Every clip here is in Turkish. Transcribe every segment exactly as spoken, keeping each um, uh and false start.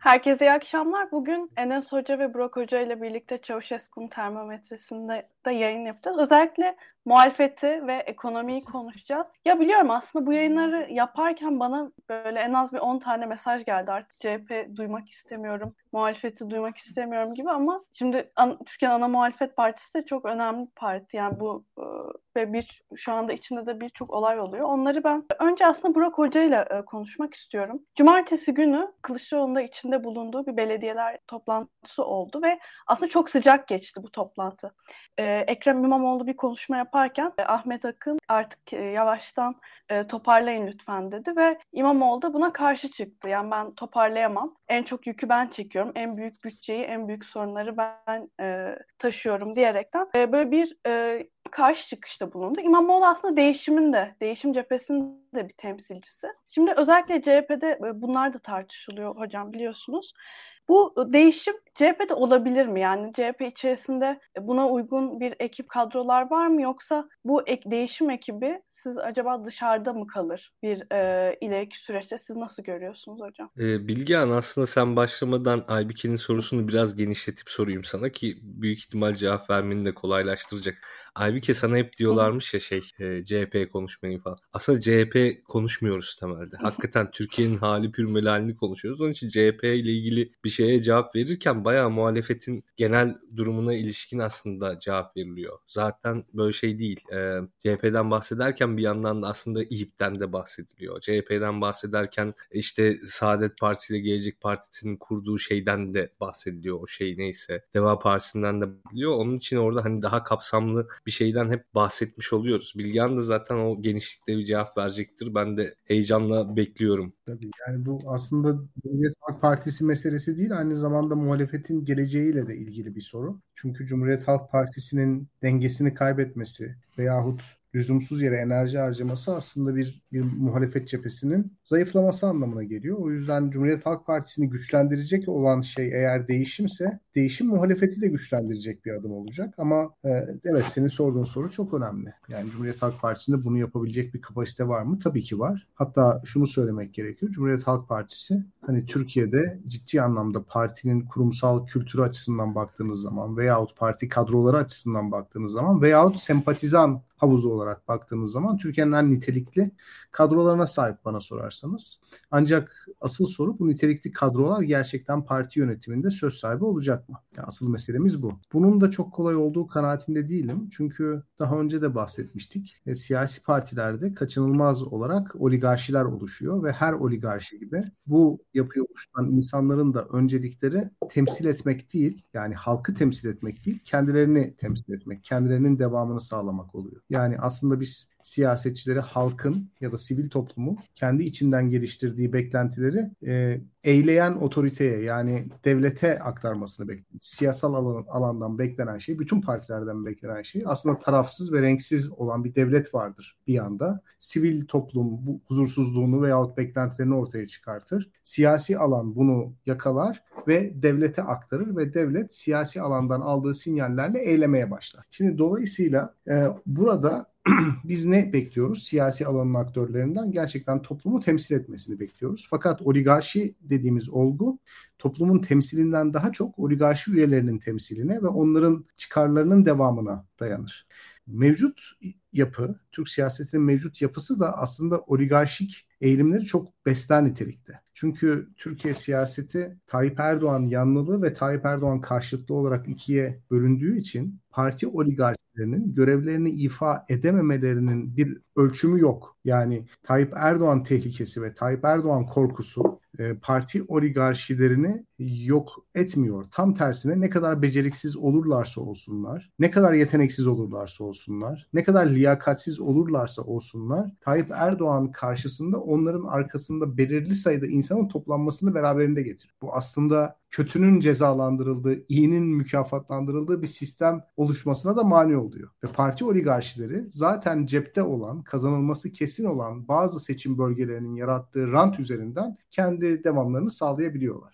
Herkese iyi akşamlar. Bugün Enes Hoca ve Burak Hoca ile birlikte Çavuşesku'nun termometresinde de yayın yapacağız. Özellikle muhalefeti ve ekonomiyi konuşacağız. Ya biliyorum, aslında bu yayınları yaparken bana böyle en az bir on tane mesaj geldi. Artık C H P duymak istemiyorum, muhalefeti duymak istemiyorum gibi, ama şimdi an, Türkiye'nin ana muhalefet partisi de çok önemli bir parti. Yani bu e, ve bir şu anda içinde de birçok olay oluyor. Onları ben önce aslında Burak Hoca ile e, konuşmak istiyorum. Cumartesi günü Kılıçdaroğlu'nun da içinde bulunduğu bir belediyeler toplantısı oldu ve aslında çok sıcak geçti bu toplantı. Ee, Ekrem İmamoğlu bir konuşma yaparken e, Ahmet Akın artık e, yavaştan e, toparlayın lütfen dedi ve İmamoğlu da buna karşı çıktı. Yani ben toparlayamam. En çok yükü ben çekiyorum. En büyük bütçeyi, en büyük sorunları ben e, taşıyorum diyerekten e, böyle bir e, karşı çıkışta bulundu. İmamoğlu aslında değişimin de, değişim cephesinin de bir temsilcisi. Şimdi özellikle C H P'de bunlar da tartışılıyor hocam, biliyorsunuz. Bu değişim C H P'de olabilir mi? Yani C H P içerisinde buna uygun bir ekip, kadrolar var mı? Yoksa bu ek, değişim ekibi siz acaba dışarıda mı kalır bir e, ileriki süreçte? Siz nasıl görüyorsunuz hocam? Ee, Bilgehan, aslında sen başlamadan Aybike'nin sorusunu biraz genişletip sorayım sana ki büyük ihtimal cevap vermeni de kolaylaştıracak. Aybike, sana hep diyorlarmış ya şey e, C H P konuşmayı falan. Aslında C H P konuşmuyoruz temelde. Hakikaten Türkiye'nin hali pürmelalini konuşuyoruz. Onun için C H P ile ilgili bir şeye cevap verirken bayağı muhalefetin genel durumuna ilişkin aslında cevap veriliyor. Zaten böyle şey değil. E, C H P'den bahsederken bir yandan da aslında İYİP'ten de bahsediliyor. C H P'den bahsederken işte Saadet Partisi ile Gelecek Partisi'nin kurduğu şeyden de bahsediliyor. O şey neyse. Deva Partisi'nden de bahsediliyor. Onun için orada hani daha kapsamlı bir şeyden hep bahsetmiş oluyoruz. Bilgehan da zaten o genişlikte bir cevap verecektir. Ben de heyecanla bekliyorum. Tabii yani bu aslında Cumhuriyet Halk Partisi meselesi değil, aynı zamanda muhalefetin geleceğiyle de ilgili bir soru. Çünkü Cumhuriyet Halk Partisi'nin dengesini kaybetmesi veyahut lüzumsuz yere enerji harcaması aslında bir bir muhalefet cephesinin zayıflaması anlamına geliyor. O yüzden Cumhuriyet Halk Partisi'ni güçlendirecek olan şey eğer değişimse, değişim muhalefeti de güçlendirecek bir adım olacak. Ama e, evet, senin sorduğun soru çok önemli. Yani Cumhuriyet Halk Partisi'nde bunu yapabilecek bir kapasite var mı? Tabii ki var. Hatta şunu söylemek gerekiyor. Cumhuriyet Halk Partisi hani Türkiye'de ciddi anlamda partinin kurumsal kültürü açısından baktığınız zaman veyahut parti kadroları açısından baktığınız zaman veyahut sempatizan havuzu olarak baktığınız zaman Türkiye'nin en nitelikli kadrolarına sahip bana sorarsanız. Ancak asıl soru, bu nitelikli kadrolar gerçekten parti yönetiminde söz sahibi olacak mı? Yani asıl meselemiz bu. Bunun da çok kolay olduğu kanaatinde değilim. Çünkü daha önce de bahsetmiştik. E, siyasi partilerde kaçınılmaz olarak oligarşiler oluşuyor ve her oligarşi gibi bu yapıyı oluşturan insanların da öncelikleri temsil etmek değil, yani halkı temsil etmek değil, kendilerini temsil etmek, kendilerinin devamını sağlamak oluyor. Yani aslında biz siyasetçileri halkın ya da sivil toplumun kendi içinden geliştirdiği beklentileri e, eyleyen otoriteye, yani devlete aktarmasını bekliyoruz. Siyasal alan, alandan beklenen şey, bütün partilerden beklenen şey aslında tarafsız ve renksiz olan bir devlet vardır bir yanda. Sivil toplum bu huzursuzluğunu veyahut beklentilerini ortaya çıkartır. Siyasi alan bunu yakalar ve devlete aktarır ve devlet siyasi alandan aldığı sinyallerle eylemeye başlar. Şimdi dolayısıyla e, burada biz ne bekliyoruz? Siyasi alanın aktörlerinden gerçekten toplumu temsil etmesini bekliyoruz. Fakat oligarşi dediğimiz olgu toplumun temsilinden daha çok oligarşi üyelerinin temsiline ve onların çıkarlarının devamına dayanır. Mevcut yapı, Türk siyasetinin mevcut yapısı da aslında oligarşik eğilimleri çok besler nitelikte. Çünkü Türkiye siyaseti Tayyip Erdoğan yanlılı ve Tayyip Erdoğan karşıtlı olarak ikiye bölündüğü için parti oligarşilerinin görevlerini ifa edememelerinin bir ölçümü yok. Yani Tayyip Erdoğan tehlikesi ve Tayyip Erdoğan korkusu parti oligarşilerini yok etmiyor. Tam tersine, ne kadar beceriksiz olurlarsa olsunlar, ne kadar yeteneksiz olurlarsa olsunlar, ne kadar liyakatsiz olurlarsa olsunlar, Tayyip Erdoğan karşısında onların arkasında belirli sayıda insanın toplanmasını beraberinde getiriyor. Bu aslında kötünün cezalandırıldığı, iyinin mükafatlandırıldığı bir sistem oluşmasına da mani oluyor. Ve parti oligarşileri zaten cepte olan, kazanılması kesin olan bazı seçim bölgelerinin yarattığı rant üzerinden kendi devamlarını sağlayabiliyorlar.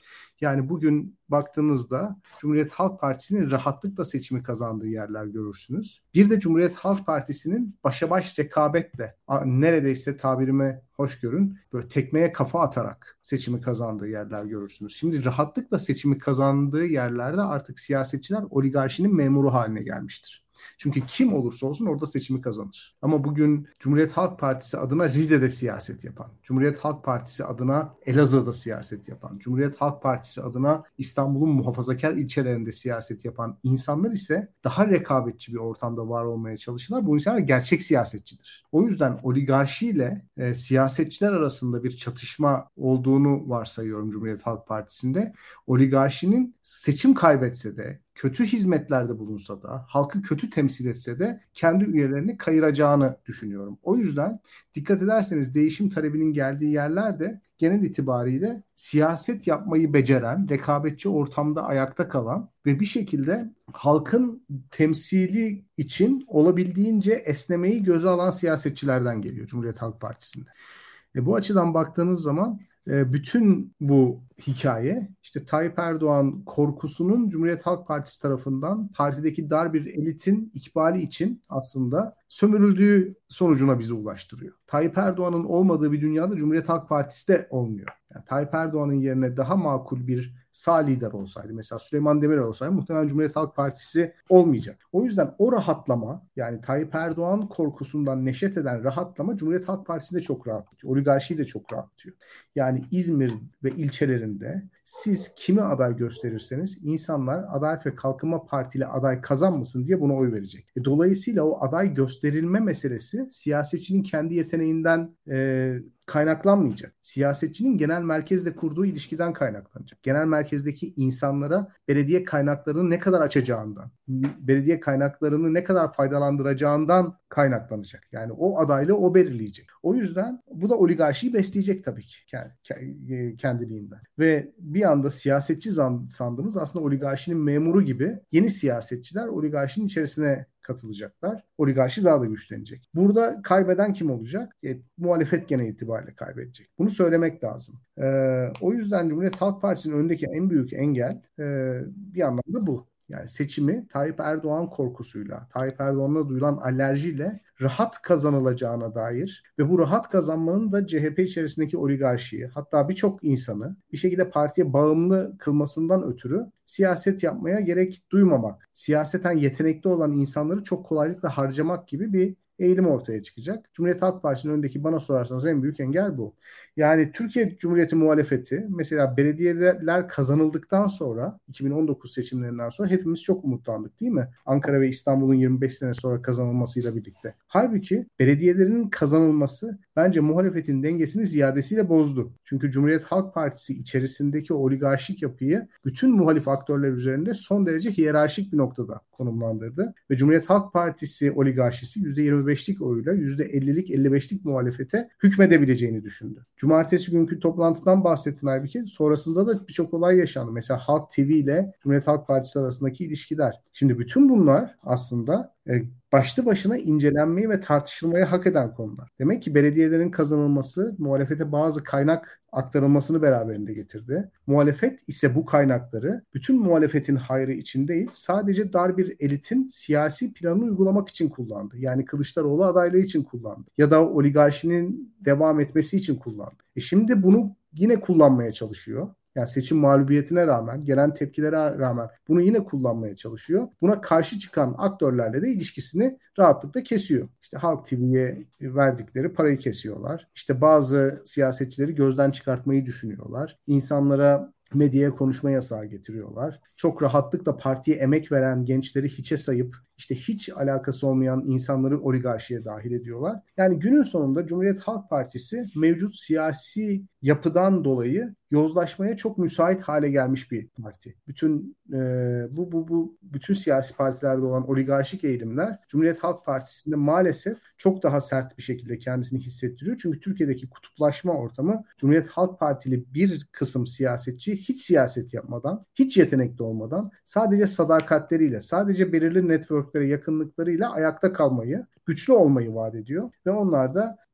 Yani bugün baktığınızda Cumhuriyet Halk Partisi'nin rahatlıkla seçimi kazandığı yerler görürsünüz. Bir de Cumhuriyet Halk Partisi'nin başa baş rekabetle, neredeyse tabirime hoş görün, böyle tekmeye kafa atarak seçimi kazandığı yerler görürsünüz. Şimdi rahatlıkla seçimi kazandığı yerlerde artık siyasetçiler oligarşinin memuru haline gelmiştir. Çünkü kim olursa olsun orada seçimi kazanır. Ama bugün Cumhuriyet Halk Partisi adına Rize'de siyaset yapan, Cumhuriyet Halk Partisi adına Elazığ'da siyaset yapan, Cumhuriyet Halk Partisi adına İstanbul'un muhafazakar ilçelerinde siyaset yapan insanlar ise daha rekabetçi bir ortamda var olmaya çalışırlar. Bu insanlar gerçek siyasetçidir. O yüzden oligarşiyle e, siyasetçiler arasında bir çatışma olduğunu varsayıyorum Cumhuriyet Halk Partisi'nde. Oligarşinin seçim kaybetse de, kötü hizmetlerde bulunsa da, halkı kötü temsil etse de kendi üyelerini kayıracağını düşünüyorum. O yüzden dikkat ederseniz değişim talebinin geldiği yerlerde genel itibariyle siyaset yapmayı beceren, rekabetçi ortamda ayakta kalan ve bir şekilde halkın temsili için olabildiğince esnemeyi göze alan siyasetçilerden geliyor Cumhuriyet Halk Partisi'nde. E bu açıdan baktığınız zaman bütün bu hikaye işte Tayyip Erdoğan korkusunun Cumhuriyet Halk Partisi tarafından partideki dar bir elitin ikbali için aslında sömürüldüğü sonucuna bizi ulaştırıyor. Tayyip Erdoğan'ın olmadığı bir dünyada Cumhuriyet Halk Partisi de olmuyor. Yani Tayyip Erdoğan'ın yerine daha makul bir sağ lider olsaydı, mesela Süleyman Demirel olsaydı muhtemelen Cumhuriyet Halk Partisi olmayacak. O yüzden o rahatlama, yani Tayyip Erdoğan korkusundan neşet eden rahatlama Cumhuriyet Halk Partisi'nde çok rahatlatıyor. Oligarşiyi de çok rahatlatıyor. Yani İzmir ve ilçelerinde siz kimi aday gösterirseniz insanlar Adalet ve Kalkınma Parti ile aday kazanmasın diye buna oy verecek. E, dolayısıyla o aday gösterilme meselesi siyasetçinin kendi yeteneğinden e, kaynaklanmayacak. Siyasetçinin genel merkezle kurduğu ilişkiden kaynaklanacak. Genel merkezdeki insanlara belediye kaynaklarını ne kadar açacağından, belediye kaynaklarını ne kadar faydalandıracağından kaynaklanacak. Yani o adaylığı o belirleyecek. O yüzden bu da oligarşiyi besleyecek tabii ki kendiliğinden. Ve bir anda siyasetçi sandığımız aslında oligarşinin memuru gibi yeni siyasetçiler oligarşinin içerisine katılacaklar. Oligarşi daha da güçlenecek. Burada kaybeden kim olacak? E, muhalefet genel itibariyle kaybedecek. Bunu söylemek lazım. E, o yüzden Cumhuriyet Halk Partisi'nin önündeki en büyük engel e, bir anlamda bu. Yani seçimi Tayyip Erdoğan korkusuyla, Tayyip Erdoğan'a duyulan alerjiyle rahat kazanılacağına dair ve bu rahat kazanmanın da C H P içerisindeki oligarşiyi, hatta birçok insanı bir şekilde partiye bağımlı kılmasından ötürü siyaset yapmaya gerek duymamak, siyaseten yetenekli olan insanları çok kolaylıkla harcamak gibi bir eğilim ortaya çıkacak. Cumhuriyet Halk Partisi'nin önündeki, bana sorarsanız, en büyük engel bu. Yani Türkiye Cumhuriyeti muhalefeti mesela belediyeler kazanıldıktan sonra, iki bin on dokuz seçimlerinden sonra hepimiz çok umutlandık değil mi? Ankara ve İstanbul'un yirmi beş sene sonra kazanılmasıyla birlikte. Halbuki belediyelerin kazanılması bence muhalefetin dengesini ziyadesiyle bozdu. Çünkü Cumhuriyet Halk Partisi içerisindeki oligarşik yapıyı bütün muhalif aktörler üzerinde son derece hiyerarşik bir noktada konumlandırdı. Ve Cumhuriyet Halk Partisi oligarşisi yüzde yirmi beşlik oyuyla yüzde ellilik elli beşlik muhalefete hükmedebileceğini düşündü. Cumartesi günkü toplantıdan bahsettin Aybike. Sonrasında da birçok olay yaşandı. Mesela Halk T V ile Cumhuriyet Halk Partisi arasındaki ilişkiler. Şimdi bütün bunlar aslında e, başlı başına incelenmeyi ve tartışılmayı hak eden konular. Demek ki belediyelerin kazanılması muhalefete bazı kaynak aktarılmasını beraberinde getirdi. Muhalefet ise bu kaynakları bütün muhalefetin hayrı için değil, sadece dar bir elitin siyasi planını uygulamak için kullandı. Yani Kılıçdaroğlu adaylığı için kullandı. Ya da oligarşinin devam etmesi için kullandı. E şimdi bunu yine kullanmaya çalışıyor. Yani seçim mağlubiyetine rağmen, gelen tepkilere rağmen bunu yine kullanmaya çalışıyor. Buna karşı çıkan aktörlerle de ilişkisini rahatlıkla kesiyor. İşte Halk T V'ye verdikleri parayı kesiyorlar. İşte bazı siyasetçileri gözden çıkartmayı düşünüyorlar. İnsanlara medyaya konuşma yasağı getiriyorlar. Çok rahatlıkla partiye emek veren gençleri hiçe sayıp işte hiç alakası olmayan insanları oligarşiye dahil ediyorlar. Yani günün sonunda Cumhuriyet Halk Partisi mevcut siyasi yapıdan dolayı yozlaşmaya çok müsait hale gelmiş bir parti. Bütün e, bu bu bu bütün siyasi partilerde olan oligarşik eğilimler Cumhuriyet Halk Partisi'nde maalesef çok daha sert bir şekilde kendisini hissettiriyor. Çünkü Türkiye'deki kutuplaşma ortamı Cumhuriyet Halk Partili bir kısım siyasetçi hiç siyaset yapmadan, hiç yetenekli olmadan, sadece sadakatleriyle, sadece belirli networklere yakınlıklarıyla ayakta kalmayı, güçlü olmayı vaat ediyor ve onlar da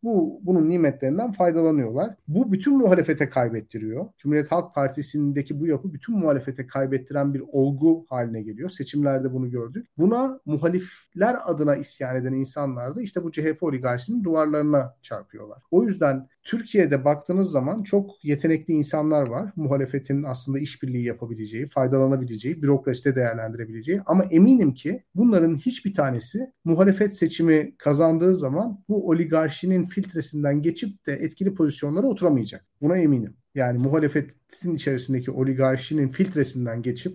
bu bunun nimetlerinden faydalanıyorlar. Bu bütün muhalefete kaybettiriyor. Cumhuriyet Halk Partisi'ndeki bu yapı bütün muhalefete kaybettiren bir olgu haline geliyor. Seçimlerde bunu gördük. Buna muhalifler adına isyan eden insanlar da işte bu C H P oligarşisinin duvarlarına çarpıyorlar. O yüzden Türkiye'de baktığınız zaman çok yetenekli insanlar var. Muhalefetin aslında işbirliği yapabileceği, faydalanabileceği, bürokraside değerlendirebileceği. Ama eminim ki bunların hiçbir tanesi muhalefet seçimi kazandığı zaman bu oligarşinin filtresinden geçip de etkili pozisyonlara oturamayacak. Buna eminim. Yani muhalefetin içerisindeki oligarşinin filtresinden geçip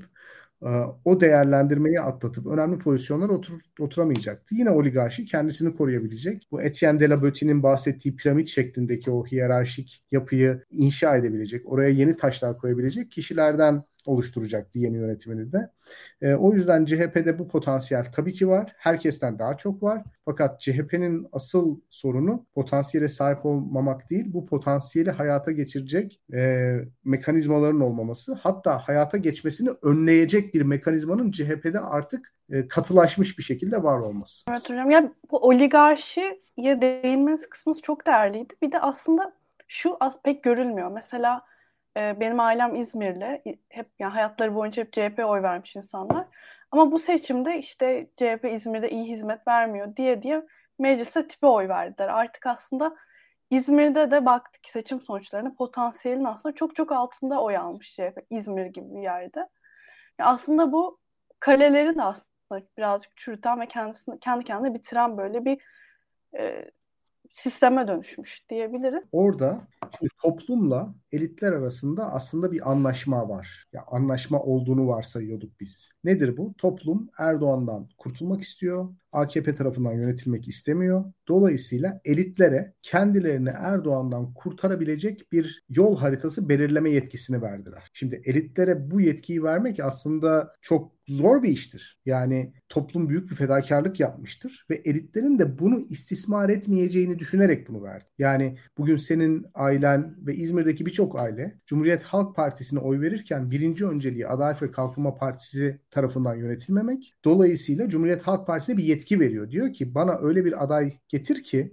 o değerlendirmeyi atlatıp önemli pozisyonlara otur, oturamayacaktı. Yine oligarşi kendisini koruyabilecek. Bu Etienne de la Botie'nin bahsettiği piramit şeklindeki o hiyerarşik yapıyı inşa edebilecek, oraya yeni taşlar koyabilecek kişilerden oluşturacaktı yeni yönetimini de. E, o yüzden C H P'de bu potansiyel tabii ki var. Herkesten daha çok var. Fakat C H P'nin asıl sorunu potansiyele sahip olmamak değil, bu potansiyeli hayata geçirecek e, mekanizmaların olmaması. Hatta hayata geçmesini önleyecek bir mekanizmanın C H P'de artık e, katılaşmış bir şekilde var olması. Evet hocam. Ya bu oligarşiye değinmeniz kısmı çok değerliydi. Bir de aslında şu az pek görülmüyor. Mesela benim ailem İzmirli. Hep yani hayatları boyunca hep C H P'ye oy vermiş insanlar. Ama bu seçimde işte C H P İzmir'de iyi hizmet vermiyor diye diye meclise tipe oy verdiler. Artık aslında İzmir'de de baktık seçim sonuçlarına potansiyelin aslında çok çok altında oy almış C H P İzmir gibi bir yerde. Yani aslında bu kaleleri de aslında birazcık çürüten ve kendisini kendi kendine bitiren böyle bir e, sisteme dönüşmüş diyebiliriz. Orada şimdi toplumla elitler arasında aslında bir anlaşma var. Ya anlaşma olduğunu varsayıyorduk biz. Nedir bu? Toplum Erdoğan'dan kurtulmak istiyor. A K P tarafından yönetilmek istemiyor. Dolayısıyla elitlere kendilerini Erdoğan'dan kurtarabilecek bir yol haritası belirleme yetkisini verdiler. Şimdi elitlere bu yetkiyi vermek aslında çok zor bir iştir. Yani toplum büyük bir fedakarlık yapmıştır ve elitlerin de bunu istismar etmeyeceğini düşünerek bunu verdi. Yani bugün senin ailen ve İzmir'deki birçok aile Cumhuriyet Halk Partisi'ne oy verirken birinci önceliği Adalet ve Kalkınma Partisi tarafından yönetilmemek. Dolayısıyla Cumhuriyet Halk Partisi'ne bir yetki veriyor. Diyor ki bana öyle bir aday getir ki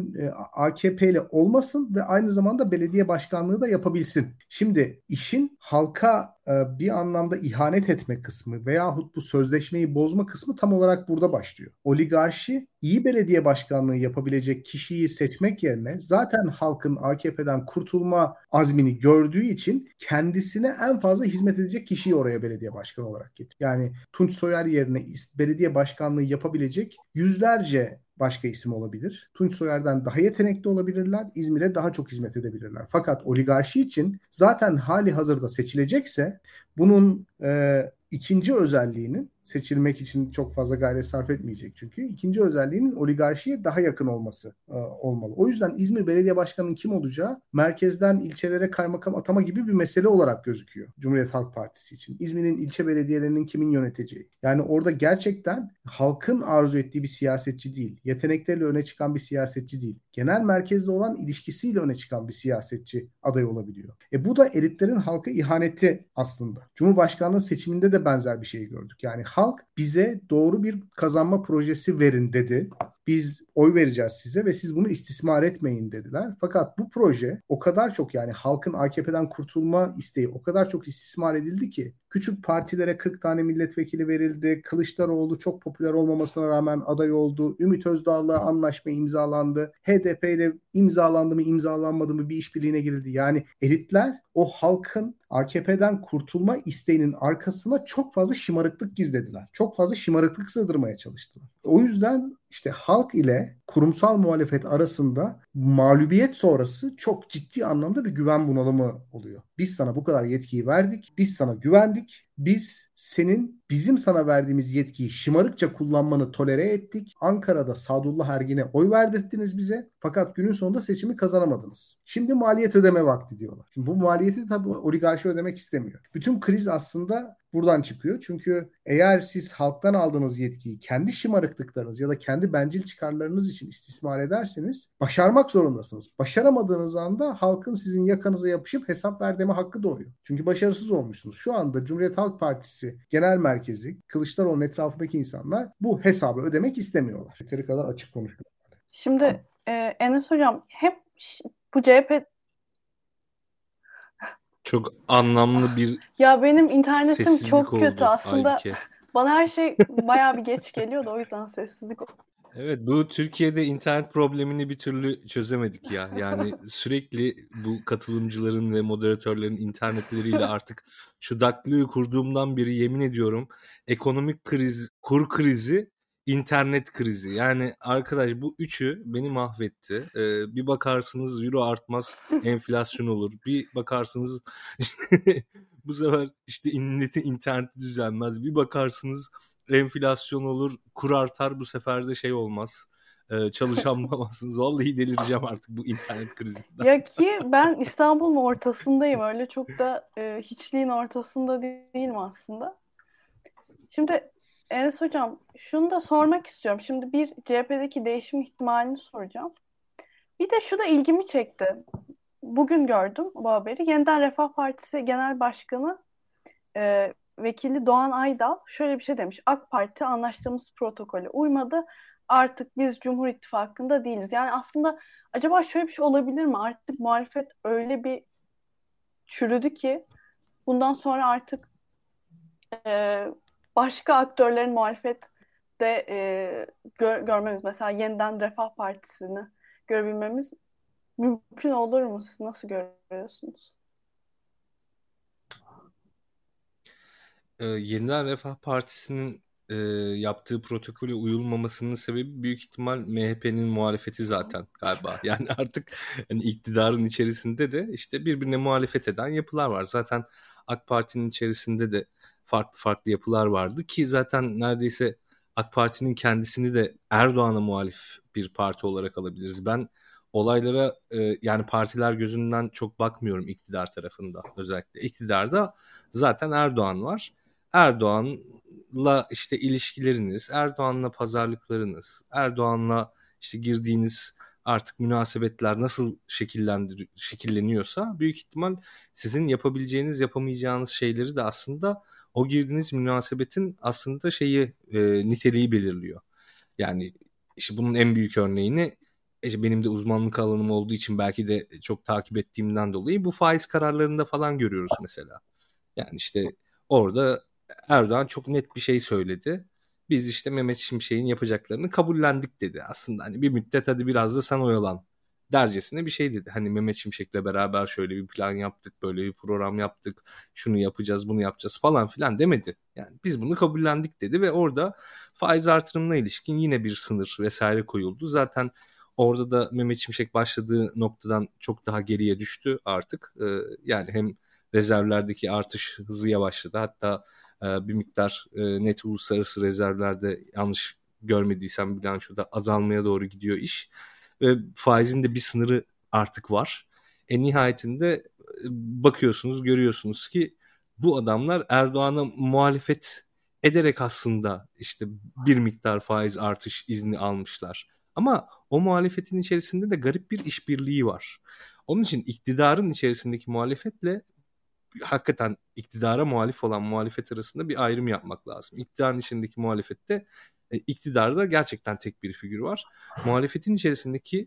A K P ile olmasın ve aynı zamanda belediye başkanlığı da yapabilsin. Şimdi işin halka bir anlamda ihanet etme kısmı veyahut bu sözleşmeyi bozma kısmı tam olarak burada başlıyor. Oligarşi iyi belediye başkanlığı yapabilecek kişiyi seçmek yerine zaten halkın A K P'den kurtulma azmini gördüğü için kendisine en fazla hizmet edecek kişiyi oraya belediye başkanı olarak getiriyor. Yani Tunç Soyer yerine belediye başkanlığı yapabilecek yüzlerce başka isim olabilir. Tunç Soyer'den daha yetenekli olabilirler. İzmir'e daha çok hizmet edebilirler. Fakat oligarşi için zaten hali hazırda seçilecekse bunun e, ikinci özelliğinin seçilmek için çok fazla gayret sarf etmeyecek çünkü. İkinci özelliğinin oligarşiye daha yakın olması e, olmalı. O yüzden İzmir Belediye Başkanı'nın kim olacağı merkezden ilçelere kaymakam atama gibi bir mesele olarak gözüküyor Cumhuriyet Halk Partisi için. İzmir'in ilçe belediyelerinin kimin yöneteceği. Yani orada gerçekten halkın arzu ettiği bir siyasetçi değil. Yetenekleriyle öne çıkan bir siyasetçi değil. Genel merkezde olan ilişkisiyle öne çıkan bir siyasetçi aday olabiliyor. E bu da elitlerin halka ihaneti aslında. Cumhurbaşkanlığı seçiminde de benzer bir şey gördük. Yani halk bize doğru bir kazanma projesi verin dedi. Biz oy vereceğiz size ve siz bunu istismar etmeyin dediler. Fakat bu proje o kadar çok yani halkın A K P'den kurtulma isteği o kadar çok istismar edildi ki küçük partilere kırk tane milletvekili verildi. Kılıçdaroğlu çok popüler olmamasına rağmen aday oldu. Ümit Özdağ'la anlaşma imzalandı. H D P ile imzalandı mı imzalanmadı mı bir işbirliğine girildi. Yani elitler o halkın A K P'den kurtulma isteğinin arkasına çok fazla şımarıklık gizlediler. Çok fazla şımarıklık sığdırmaya çalıştılar. O yüzden işte halk ile kurumsal muhalefet arasında mağlubiyet sonrası çok ciddi anlamda bir güven bunalımı oluyor. Biz sana bu kadar yetkiyi verdik, biz sana güvendik, biz senin bizim sana verdiğimiz yetkiyi şımarıkça kullanmanı tolere ettik. Ankara'da Sadullah Ergin'e oy verdirttiniz bize fakat günün sonunda seçimi kazanamadınız. Şimdi maliyet ödeme vakti diyorlar. Şimdi bu maliyeti tabii oligarşi ödemek istemiyor. Bütün kriz aslında buradan çıkıyor. Çünkü eğer siz halktan aldığınız yetkiyi kendi şımarıklıklarınız ya da kendi bencil çıkarlarınız için istismar ederseniz başarmak zorundasınız. Başaramadığınız anda halkın sizin yakanıza yapışıp hesap ver deme hakkı doğuyor. Çünkü başarısız olmuşsunuz. Şu anda Cumhuriyet Halk Partisi Genel Merkezi, Kılıçdaroğlu'nun etrafındaki insanlar bu hesabı ödemek istemiyorlar. Yeteri kadar açık konuştum. Şimdi Ee, Enes Hocam hep ş- bu C H P Çok anlamlı bir ya benim internetim sessizlik çok kötü oldu aslında. Aybike. Bana her şey bayağı bir geç geliyordu, o yüzden sessizlik oldu. Evet, bu Türkiye'de internet problemini bir türlü çözemedik ya. Yani sürekli bu katılımcıların ve moderatörlerin internetleriyle artık şu daktiloyu kurduğumdan beri yemin ediyorum ekonomik kriz, kur krizi, internet krizi. Yani arkadaş bu üçü beni mahvetti. Ee, bir bakarsınız euro artmaz, enflasyon olur. Bir bakarsınız bu sefer işte milletin interneti düzelmez. Bir bakarsınız enflasyon olur, kur artar, bu sefer de şey olmaz. Ee, çalışan bulamazsınız. Vallahi delireceğim artık bu internet krizinden. Ya ki ben İstanbul'un ortasındayım. Öyle çok da e, hiçliğin ortasında değilim aslında. Şimdi Enes Hocam şunu da sormak istiyorum. Şimdi bir C H P'deki değişim ihtimalini soracağım. Bir de şu da ilgimi çekti. Bugün gördüm bu haberi. Yeniden Refah Partisi Genel Başkanı e, Vekili Doğan Aydal şöyle bir şey demiş. AK Parti anlaştığımız protokole uymadı. Artık biz Cumhur İttifakı'nda değiliz. Yani aslında acaba şöyle bir şey olabilir mi? Artık muhalefet öyle bir çürüdü ki bundan sonra artık e, başka aktörlerin muhalefette e, gör, görmemiz, mesela yeniden Refah Partisi'ni görebilmemiz mümkün olur mu? Siz nasıl görüyorsunuz? Ee, Yeniden Refah Partisi'nin e, yaptığı protokole uyulmamasının sebebi büyük ihtimal M H P'nin muhalefeti zaten galiba. Yani artık hani iktidarın içerisinde de işte birbirine muhalefet eden yapılar var. Zaten AK Parti'nin içerisinde de farklı farklı yapılar vardı ki zaten neredeyse AK Parti'nin kendisini de Erdoğan'a muhalif bir parti olarak alabiliriz. Ben olaylara e, yani partiler gözünden çok bakmıyorum iktidar tarafında özellikle. İktidarda zaten Erdoğan var. Erdoğan'la işte ilişkileriniz, Erdoğan'la pazarlıklarınız, Erdoğan'la işte girdiğiniz artık münasebetler nasıl şekillendir şekilleniyorsa büyük ihtimal sizin yapabileceğiniz, yapamayacağınız şeyleri de aslında o girdiğiniz münasebetin aslında şeyi e, niteliği belirliyor. Yani işte bunun en büyük örneğini işte benim de uzmanlık alanım olduğu için belki de çok takip ettiğimden dolayı bu faiz kararlarında falan görüyoruz mesela. Yani işte orada Erdoğan çok net bir şey söyledi. Biz işte Mehmet Şimşek'in yapacaklarını kabullendik dedi. Aslında hani bir müddet hadi biraz da sen oyalan dercesine bir şey dedi. Hani Mehmet Şimşek'le beraber şöyle bir plan yaptık, böyle bir program yaptık, şunu yapacağız, bunu yapacağız falan filan demedi. Yani biz bunu kabullendik dedi ve orada faiz artırımına ilişkin yine bir sınır vesaire koyuldu. Zaten orada da Mehmet Şimşek başladığı noktadan çok daha geriye düştü artık. Ee, yani hem rezervlerdeki artış hızı yavaşladı. Hatta e, bir miktar e, net uluslararası rezervlerde yanlış görmediysem bilançoda azalmaya doğru gidiyor iş. Ve faizin de bir sınırı artık var. En nihayetinde e, bakıyorsunuz, görüyorsunuz ki bu adamlar Erdoğan'a muhalefet ederek aslında işte bir miktar faiz artış izni almışlar. Ama o muhalefetin içerisinde de garip bir işbirliği var. Onun için iktidarın içerisindeki muhalefetle hakikaten iktidara muhalif olan muhalefet arasında bir ayrım yapmak lazım. İktidarın içindeki muhalefette e, iktidarda gerçekten tek bir figür var. Muhalefetin içerisindeki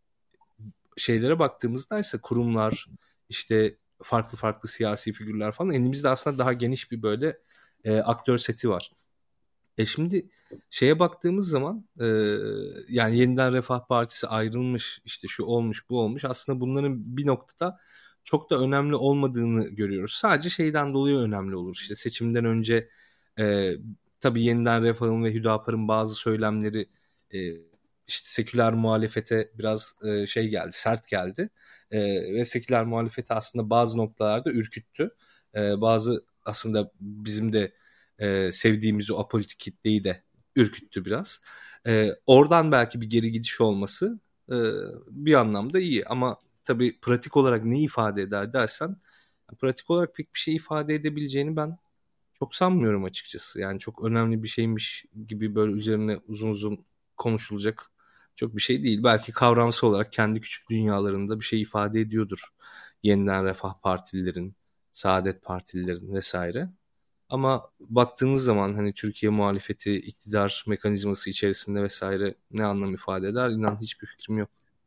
şeylere baktığımızda ise kurumlar, işte farklı farklı siyasi figürler falan elimizde aslında daha geniş bir böyle e, aktör seti var. E şimdi şeye baktığımız zaman e, yani yeniden Refah Partisi ayrılmış, işte şu olmuş bu olmuş, aslında bunların bir noktada çok da önemli olmadığını görüyoruz. Sadece şeyden dolayı önemli olur. İşte seçimden önce e, tabii yeniden Refah'ın ve Hüdapar'ın bazı söylemleri e, işte seküler muhalefete biraz e, şey geldi, sert geldi. E, ve seküler muhalefeti aslında bazı noktalarda ürküttü. E, bazı aslında bizim de e, sevdiğimiz o apolitik kitleyi de ürküttü biraz. E, oradan belki bir geri gidiş olması e, bir anlamda iyi ama tabii pratik olarak ne ifade eder dersen pratik olarak pek bir şey ifade edebileceğini ben çok sanmıyorum açıkçası. Yani çok önemli bir şeymiş gibi böyle üzerine uzun uzun konuşulacak çok bir şey değil. Belki kavramsal olarak kendi küçük dünyalarında bir şey ifade ediyordur. Yeniden Refah Partililerin, Saadet Partililerin vesaire. Ama baktığınız zaman hani Türkiye muhalefeti, iktidar mekanizması içerisinde vesaire ne anlam ifade eder? İnan hiçbir fikrim yok.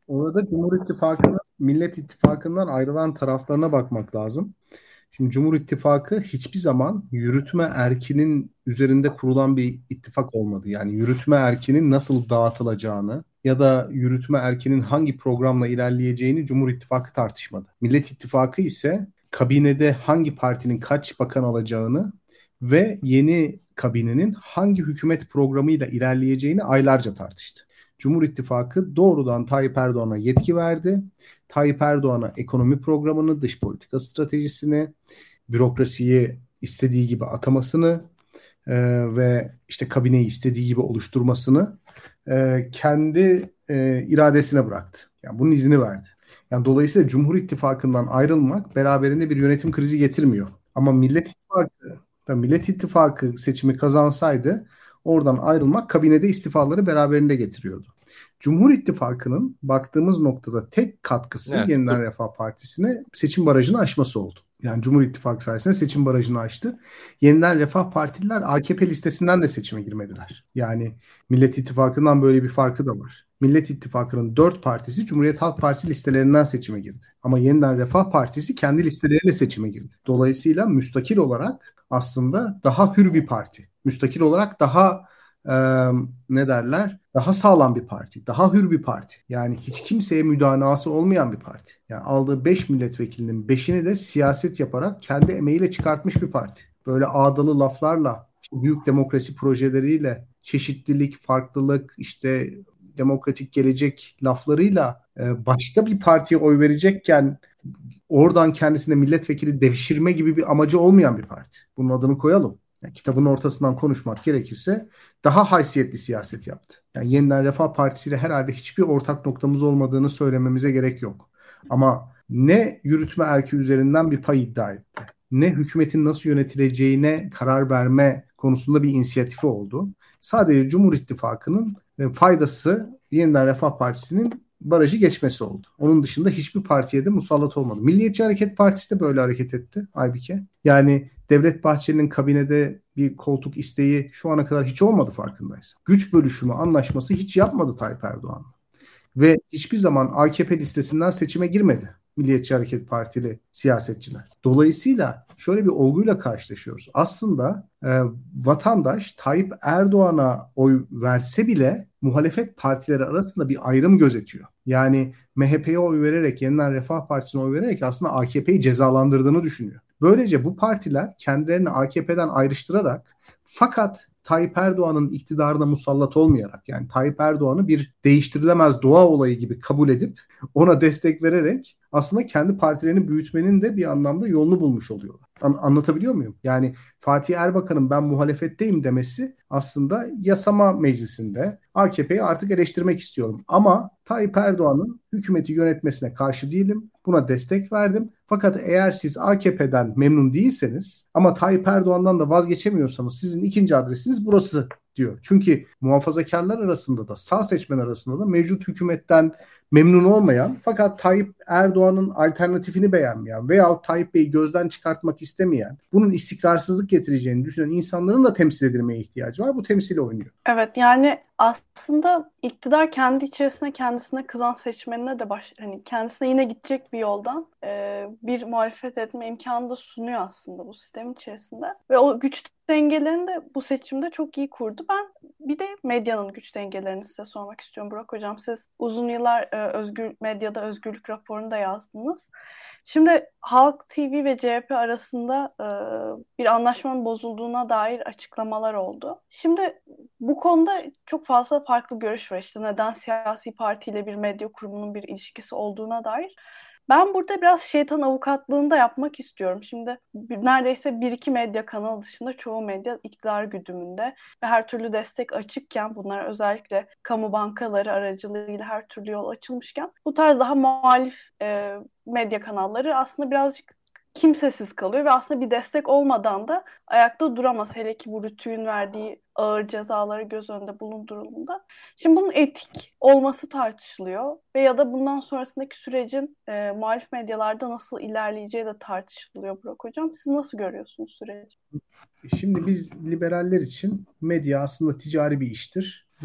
orada Cumhur İttifakı'nın Millet İttifakı'ndan ayrılan taraflarına bakmak lazım. Şimdi Cumhur İttifakı hiçbir zaman yürütme erkinin üzerinde kurulan bir ittifak olmadı. Yani yürütme erkinin nasıl dağıtılacağını ya da yürütme erkinin hangi programla ilerleyeceğini Cumhur İttifakı tartışmadı. Millet İttifakı ise kabinede hangi partinin kaç bakan alacağını ve yeni kabinenin hangi hükümet programıyla ilerleyeceğini aylarca tartıştı. Cumhur İttifakı doğrudan Tayyip Erdoğan'a yetki verdi. Tayyip Erdoğan'a ekonomi programını, dış politika stratejisini, bürokrasiyi istediği gibi atamasını e, ve işte kabineyi istediği gibi oluşturmasını e, kendi e, iradesine bıraktı. Yani bunun izni verdi. Yani dolayısıyla Cumhur İttifakı'ndan ayrılmak beraberinde bir yönetim krizi getirmiyor. Ama Millet İttifakı, da Millet İttifakı seçimi kazansaydı oradan ayrılmak kabinede istifaları beraberinde getiriyordu. Cumhur İttifakı'nın baktığımız noktada tek katkısı Evet. Yeniden Refah Partisi'ne seçim barajını aşması oldu. Yani Cumhur İttifakı sayesinde seçim barajını aştı. Yeniden Refah Partililer A K P listesinden de seçime girmediler. Yani Millet İttifakı'ndan böyle bir farkı da var. Millet İttifakı'nın dört partisi Cumhuriyet Halk Partisi listelerinden seçime girdi. Ama Yeniden Refah Partisi kendi listeleriyle seçime girdi. Dolayısıyla müstakil olarak aslında daha hür bir parti. Müstakil olarak daha e, ne derler? Daha sağlam bir parti. Daha hür bir parti. Yani hiç kimseye müdanası olmayan bir parti. Yani aldığı beş milletvekilinin beşini de siyaset yaparak kendi emeğiyle çıkartmış bir parti. Böyle ağdalı laflarla, işte büyük demokrasi projeleriyle, çeşitlilik, farklılık, işte demokratik gelecek laflarıyla e, başka bir partiye oy verecekken oradan kendisine milletvekili devşirme gibi bir amacı olmayan bir parti. Bunun adını koyalım. Yani kitabın ortasından konuşmak gerekirse daha haysiyetli siyaset yaptı. Yani Yeniden Refah Partisi ile herhalde hiçbir ortak noktamız olmadığını söylememize gerek yok. Ama ne yürütme erki üzerinden bir pay iddia etti, ne hükümetin nasıl yönetileceğine karar verme konusunda bir inisiyatifi oldu. Sadece Cumhur İttifakı'nın faydası Yeniden Refah Partisi'nin barajı geçmesi oldu. Onun dışında hiçbir partiye de musallat olmadı. Milliyetçi Hareket Partisi de böyle hareket etti Aybike. Yani Devlet Bahçeli'nin kabinede bir koltuk isteği şu ana kadar hiç olmadı farkındaysa. Güç bölüşümü anlaşması hiç yapmadı Tayyip Erdoğan. Ve hiçbir zaman A K P listesinden seçime girmedi Milliyetçi Hareket Partili siyasetçiler. Dolayısıyla şöyle bir olguyla karşılaşıyoruz. Aslında e, vatandaş Tayyip Erdoğan'a oy verse bile muhalefet partileri arasında bir ayrım gözetiyor. Yani M H P'ye oy vererek, Yeniden Refah Partisi'ne oy vererek aslında A K P'yi cezalandırdığını düşünüyor. Böylece bu partiler kendilerini A K P'den ayrıştırarak fakat Tayyip Erdoğan'ın iktidarına musallat olmayarak, yani Tayyip Erdoğan'ı bir değiştirilemez doğa olayı gibi kabul edip ona destek vererek aslında kendi partilerini büyütmenin de bir anlamda yolunu bulmuş oluyorlar. An- anlatabiliyor muyum? Yani Fatih Erbakan'ın ben muhalefetteyim demesi aslında yasama meclisinde A K P'yi artık eleştirmek istiyorum. Ama Tayyip Erdoğan'ın hükümeti yönetmesine karşı değilim. Buna destek verdim. Fakat eğer siz A K P'den memnun değilseniz ama Tayyip Erdoğan'dan da vazgeçemiyorsanız sizin ikinci adresiniz burası diyor. Çünkü muhafazakarlar arasında da sağ seçmen arasında da mevcut hükümetten memnun olmayan fakat Tayyip Erdoğan'ın alternatifini beğenmeyen veya Tayyip Bey'i gözden çıkartmak istemeyen, bunun istikrarsızlık getireceğini düşünen insanların da temsil edilmeye ihtiyacı var. Bu temsili oynuyor. Evet, yani aslında iktidar kendi içerisinde kendisine kızan seçmenine de baş, hani kendisine yine gidecek bir yoldan e, bir muhalefet etme imkanı da sunuyor aslında bu sistemin içerisinde. Ve o güç dengelerini de bu seçimde çok iyi kurdu. Ben bir de medyanın güç dengelerini size sormak istiyorum Burak Hocam. Siz uzun yıllar e, özgür medyada özgürlük raporunu da yazdınız. Şimdi Halk T V ve C H P arasında e, bir anlaşmanın bozulduğuna dair açıklamalar oldu. Şimdi bu konuda çok fazla farklı görüş var. İşte neden siyasi partiyle bir medya kurumunun bir ilişkisi olduğuna dair. Ben burada biraz şeytan avukatlığını da yapmak istiyorum. Şimdi bir- neredeyse bir iki medya kanalı dışında çoğu medya iktidar güdümünde ve her türlü destek açıkken, bunlar özellikle kamu bankaları aracılığıyla her türlü yol açılmışken, bu tarz daha muhalif e, medya kanalları aslında birazcık kimsesiz kalıyor ve aslında bir destek olmadan da ayakta duramaz. Hele ki bu Rütük'ün verdiği ağır cezaları göz önünde bulundurulduğunda. Şimdi bunun etik olması tartışılıyor ve ya da bundan sonrasındaki sürecin e, muhalif medyalarda nasıl ilerleyeceği de tartışılıyor Burak Hocam. Siz nasıl görüyorsunuz süreci? Şimdi biz liberaller için medya aslında ticari bir iştir ve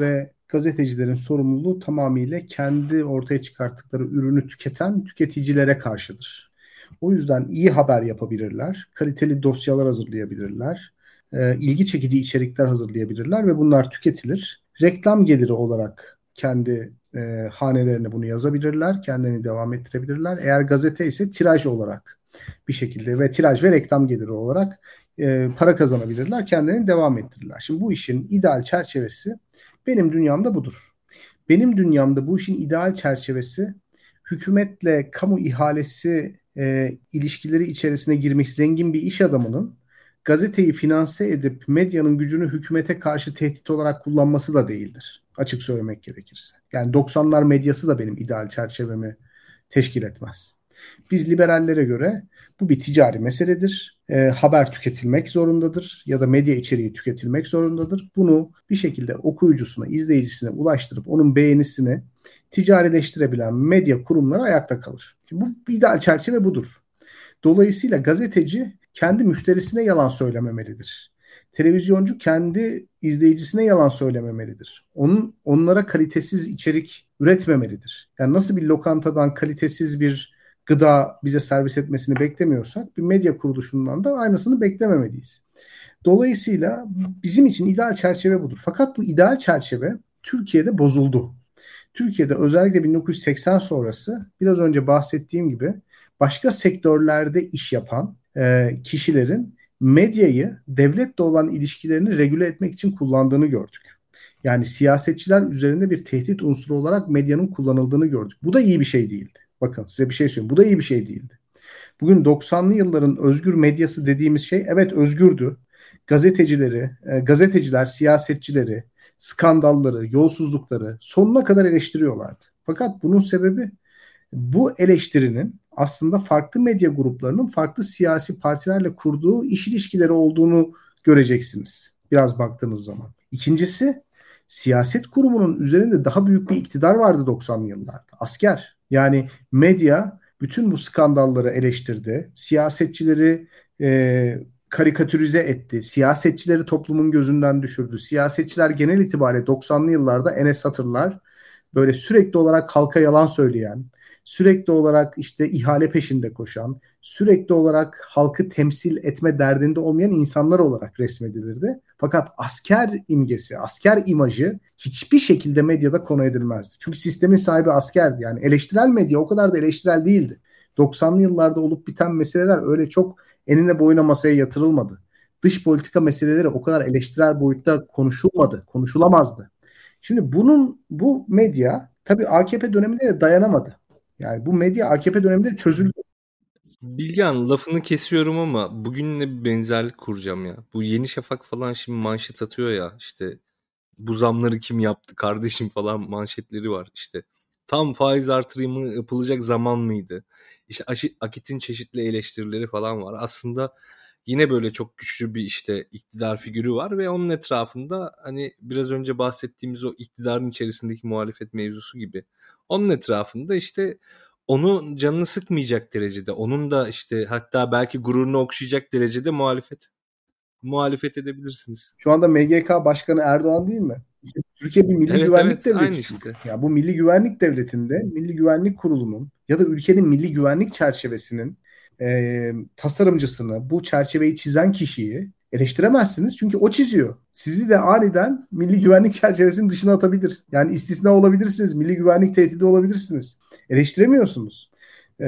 gazetecilerin sorumluluğu tamamıyla kendi ortaya çıkarttıkları ürünü tüketen tüketicilere karşıdır. O yüzden iyi haber yapabilirler, kaliteli dosyalar hazırlayabilirler, e, ilgi çekici içerikler hazırlayabilirler ve bunlar tüketilir. Reklam geliri olarak kendi e, hanelerine bunu yazabilirler, kendini devam ettirebilirler. Eğer gazete ise tiraj olarak bir şekilde ve tiraj ve reklam geliri olarak e, para kazanabilirler, kendilerini devam ettirirler. Şimdi bu işin ideal çerçevesi benim dünyamda budur. Benim dünyamda bu işin ideal çerçevesi hükümetle kamu ihalesi e, ilişkileri içerisine girmiş zengin bir iş adamının gazeteyi finanse edip medyanın gücünü hükümete karşı tehdit olarak kullanması da değildir. Açık söylemek gerekirse. Yani doksanlar medyası da benim ideal çerçevemi teşkil etmez. Biz liberallere göre bu bir ticari meseledir. E, haber tüketilmek zorundadır ya da medya içeriği tüketilmek zorundadır. Bunu bir şekilde okuyucusuna, izleyicisine ulaştırıp onun beğenisini ticarileştirebilen medya kurumları ayakta kalır. Şimdi bu ideal çerçeve budur. Dolayısıyla gazeteci kendi müşterisine yalan söylememelidir. Televizyoncu kendi izleyicisine yalan söylememelidir. Onun onlara kalitesiz içerik üretmemelidir. Yani nasıl bir lokantadan kalitesiz bir gıda bize servis etmesini beklemiyorsak bir medya kuruluşundan da aynısını beklememeliyiz. Dolayısıyla bizim için ideal çerçeve budur. Fakat bu ideal çerçeve Türkiye'de bozuldu. Türkiye'de özellikle bin dokuz yüz seksen sonrası biraz önce bahsettiğim gibi başka sektörlerde iş yapan e, kişilerin medyayı devletle olan ilişkilerini regüle etmek için kullandığını gördük. Yani siyasetçiler üzerinde bir tehdit unsuru olarak medyanın kullanıldığını gördük. Bu da iyi bir şey değildi. Bakın size bir şey söyleyeyim. Bu da iyi bir şey değildi. Bugün doksanlı yılların özgür medyası dediğimiz şey evet özgürdü. Gazetecileri, e, gazeteciler, siyasetçileri, skandalları, yolsuzlukları sonuna kadar eleştiriyorlardı. Fakat bunun sebebi bu eleştirinin aslında farklı medya gruplarının farklı siyasi partilerle kurduğu iş ilişkileri olduğunu göreceksiniz biraz baktığınız zaman. İkincisi, siyaset kurumunun üzerinde daha büyük bir iktidar vardı doksanlı yıllarda. Asker. Yani medya bütün bu skandalları eleştirdi. Siyasetçileri e, karikatürize etti. Siyasetçileri toplumun gözünden düşürdü. Siyasetçiler genel itibariyle doksanlı yıllarda Enes hatırlar böyle sürekli olarak halka yalan söyleyen, sürekli olarak işte ihale peşinde koşan, sürekli olarak halkı temsil etme derdinde olmayan insanlar olarak resmedilirdi. Fakat asker imgesi, asker imajı hiçbir şekilde medyada konu edilmezdi. Çünkü sistemin sahibi askerdi. Yani eleştirel medya o kadar da eleştirel değildi. doksanlı yıllarda olup biten meseleler öyle çok enine boyuna masaya yatırılmadı. Dış politika meseleleri o kadar eleştirel boyutta konuşulmadı, konuşulamazdı. Şimdi bunun bu medya tabii A K P döneminde de dayanamadı. Yani bu medya A K P döneminde çözüldü. Bilgehan lafını kesiyorum ama bugünle bir benzerlik kuracağım ya. Bu Yeni Şafak falan şimdi manşet atıyor ya işte bu zamları kim yaptı kardeşim falan manşetleri var işte. Tam faiz artırımı yapılacak zaman mıydı? İşte Akit'in çeşitli eleştirileri falan var. Aslında yine böyle çok güçlü bir işte iktidar figürü var ve onun etrafında hani biraz önce bahsettiğimiz o iktidarın içerisindeki muhalefet mevzusu gibi. Onun etrafında işte onun canını sıkmayacak derecede, onun da işte hatta belki gururunu okşayacak derecede muhalefet muhalefet edebilirsiniz. Şu anda M G K Başkanı Erdoğan değil mi? İşte Türkiye bir milli evet, güvenlik evet, devleti. işte. Ya bu milli güvenlik devletinde Milli Güvenlik Kurulu'nun ya da ülkenin milli güvenlik çerçevesinin e, tasarımcısını, bu çerçeveyi çizen kişiyi eleştiremezsiniz. Çünkü o çiziyor. Sizi de aniden milli güvenlik çerçevesinin dışına atabilir. Yani istisna olabilirsiniz. Milli güvenlik tehdidi olabilirsiniz. Eleştiremiyorsunuz. E,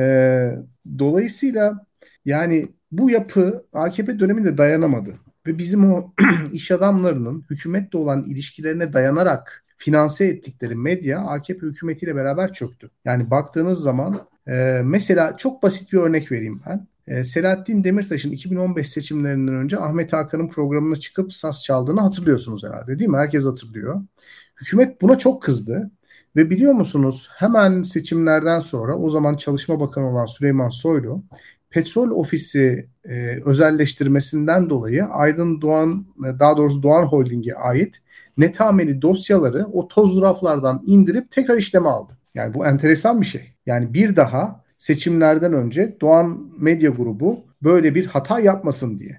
dolayısıyla yani bu yapı A K P döneminde dayanamadı. Ve bizim o iş adamlarının hükümetle olan ilişkilerine dayanarak finanse ettikleri medya A K P hükümetiyle beraber çöktü. Yani baktığınız zaman e, mesela çok basit bir örnek vereyim ben. E, Selahattin Demirtaş'ın iki bin on beş seçimlerinden önce Ahmet Hakan'ın programına çıkıp saz çaldığını hatırlıyorsunuz herhalde değil mi? Herkes hatırlıyor. Hükümet buna çok kızdı. Ve biliyor musunuz hemen seçimlerden sonra o zaman Çalışma Bakanı olan Süleyman Soylu Petrol Ofisi e, özelleştirmesinden dolayı Aydın Doğan, daha doğrusu Doğan Holding'e ait netameli dosyaları o tozlu raflardan indirip tekrar işleme aldı. Yani bu enteresan bir şey. Yani bir daha seçimlerden önce Doğan Medya Grubu böyle bir hata yapmasın diye.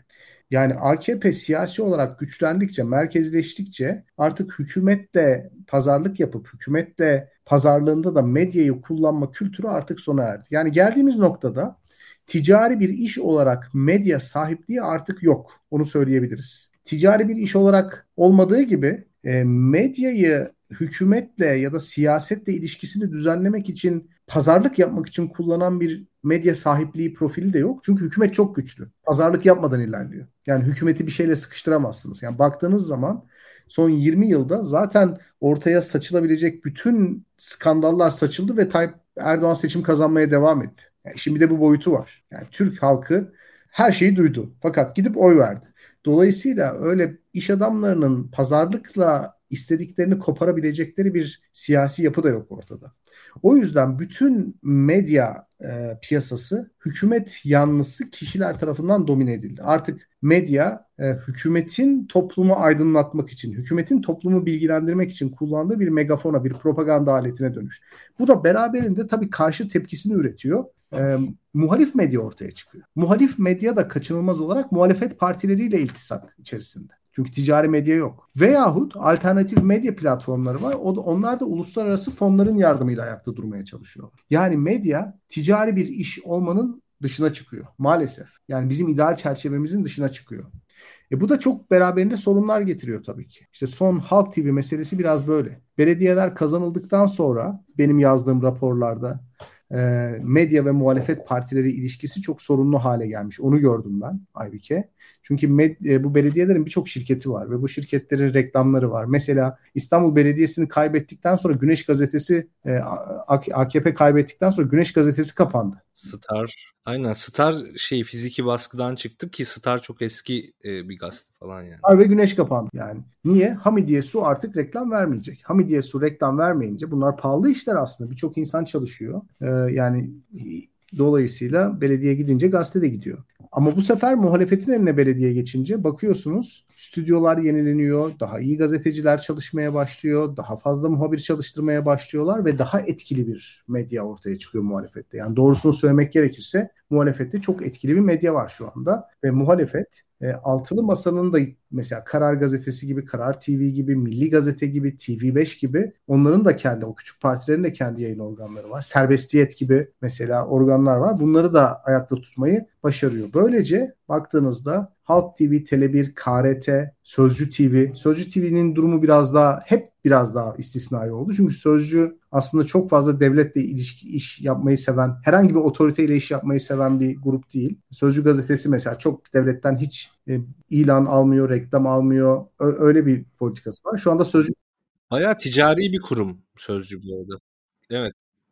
Yani A K P siyasi olarak güçlendikçe, merkezleştikçe artık hükümetle pazarlık yapıp hükümetle pazarlığında da medyayı kullanma kültürü artık sona erdi. Yani geldiğimiz noktada ticari bir iş olarak medya sahipliği artık yok. Onu söyleyebiliriz. Ticari bir iş olarak olmadığı gibi e, medyayı hükümetle ya da siyasetle ilişkisini düzenlemek için, pazarlık yapmak için kullanan bir medya sahipliği profili de yok. Çünkü hükümet çok güçlü. Pazarlık yapmadan ilerliyor. Yani hükümeti bir şeyle sıkıştıramazsınız. Yani baktığınız zaman son yirmi yılda zaten ortaya saçılabilecek bütün skandallar saçıldı ve Tayyip Erdoğan seçim kazanmaya devam etti. Yani şimdi de bu boyutu var. Yani Türk halkı her şeyi duydu. Fakat gidip oy verdi. Dolayısıyla öyle iş adamlarının pazarlıkla istediklerini koparabilecekleri bir siyasi yapı da yok ortada. O yüzden bütün medya e, piyasası hükümet yanlısı kişiler tarafından domine edildi. Artık medya e, hükümetin toplumu aydınlatmak için, hükümetin toplumu bilgilendirmek için kullandığı bir megafona, bir propaganda aletine dönüştü. Bu da beraberinde tabii karşı tepkisini üretiyor. E, muhalif medya ortaya çıkıyor. Muhalif medya da kaçınılmaz olarak muhalefet partileriyle iltisak içerisinde. Çünkü ticari medya yok. Veyahut alternatif medya platformları var. O da, onlar da uluslararası fonların yardımıyla ayakta durmaya çalışıyorlar. Yani medya ticari bir iş olmanın dışına çıkıyor. Maalesef. Yani bizim ideal çerçevemizin dışına çıkıyor. E bu da çok beraberinde sorunlar getiriyor tabii ki. İşte son Halk T V meselesi biraz böyle. Belediyeler kazanıldıktan sonra benim yazdığım raporlarda e, medya ve muhalefet partileri ilişkisi çok sorunlu hale gelmiş. Onu gördüm ben Aybike. Çünkü med- e, bu belediyelerin birçok şirketi var ve bu şirketlerin reklamları var. Mesela İstanbul Belediyesi'ni kaybettikten sonra Güneş Gazetesi, e, A K P kaybettikten sonra Güneş Gazetesi kapandı. Star, aynen Star şey fiziki baskıdan çıktı ki Star çok eski e, bir gazete falan yani. Ve Güneş kapandı yani. Niye? Hamidiye Su artık reklam vermeyecek. Hamidiye Su reklam vermeyince, bunlar pahalı işler aslında. Birçok insan çalışıyor. Ee, yani dolayısıyla belediye gidince gazete de gidiyor. Ama bu sefer muhalefetin eline belediye geçince bakıyorsunuz stüdyolar yenileniyor, daha iyi gazeteciler çalışmaya başlıyor, daha fazla muhabir çalıştırmaya başlıyorlar ve daha etkili bir medya ortaya çıkıyor muhalefette. Yani doğrusunu söylemek gerekirse muhalefette çok etkili bir medya var şu anda ve muhalefet e, altılı masanın da mesela Karar Gazetesi gibi, Karar T V gibi, Milli Gazete gibi, T V beş gibi, onların da kendi, o küçük partilerin de kendi yayın organları var. Serbestiyet gibi mesela organlar var. Bunları da ayakta tutmayı başarıyor. Böylece baktığınızda Halk T V, Tele bir, K R T, Sözcü T V. Sözcü T V'nin durumu biraz daha, hep biraz daha istisnai oldu. Çünkü Sözcü aslında çok fazla devletle ilişki iş yapmayı seven, herhangi bir otoriteyle iş yapmayı seven bir grup değil. Sözcü gazetesi mesela çok devletten hiç e, ilan almıyor, reklam almıyor. Ö- öyle bir politikası var. Şu anda Sözcü Bayağı ticari bir kurum Sözcü bu arada. Evet.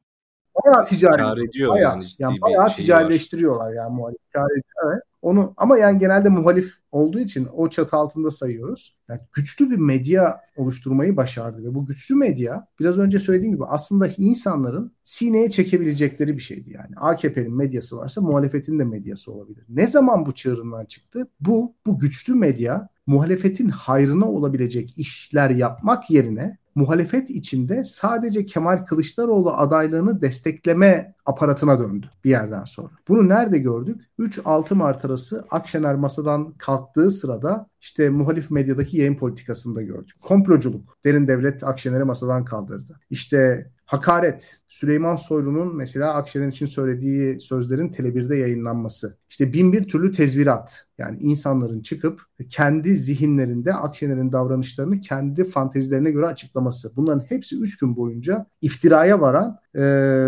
bayağı ticari. Kâr ediyor bayağı, yani ciddi yani bir bayağı şeyi ticarileştiriyorlar yani muhalif. Kâr ediyor, evet. Onu ama yani genelde muhalif olduğu için o çatı altında sayıyoruz. Yani güçlü bir medya oluşturmayı başardı ve bu güçlü medya biraz önce söylediğim gibi aslında insanların sineye çekebilecekleri bir şeydi yani. A K P'nin medyası varsa muhalefetin de medyası olabilir. Ne zaman bu çığırından çıktı? Bu bu güçlü medya muhalefetin hayrına olabilecek işler yapmak yerine muhalefet içinde sadece Kemal Kılıçdaroğlu adaylığını destekleme aparatına döndü bir yerden sonra. Bunu nerede gördük? üç altı Mart arası Akşener masadan kalktığı sırada işte muhalif medyadaki yayın politikasında gördük. Komploculuk. Derin devlet Akşener'i masadan kaldırdı. İşte hakaret. Süleyman Soylu'nun mesela Akşener için söylediği sözlerin Tele birde yayınlanması. İşte bin bir türlü tezvirat. Yani insanların çıkıp kendi zihinlerinde Akşener'in davranışlarını kendi fantezilerine göre açıklaması. Bunların hepsi üç gün boyunca iftiraya varan e,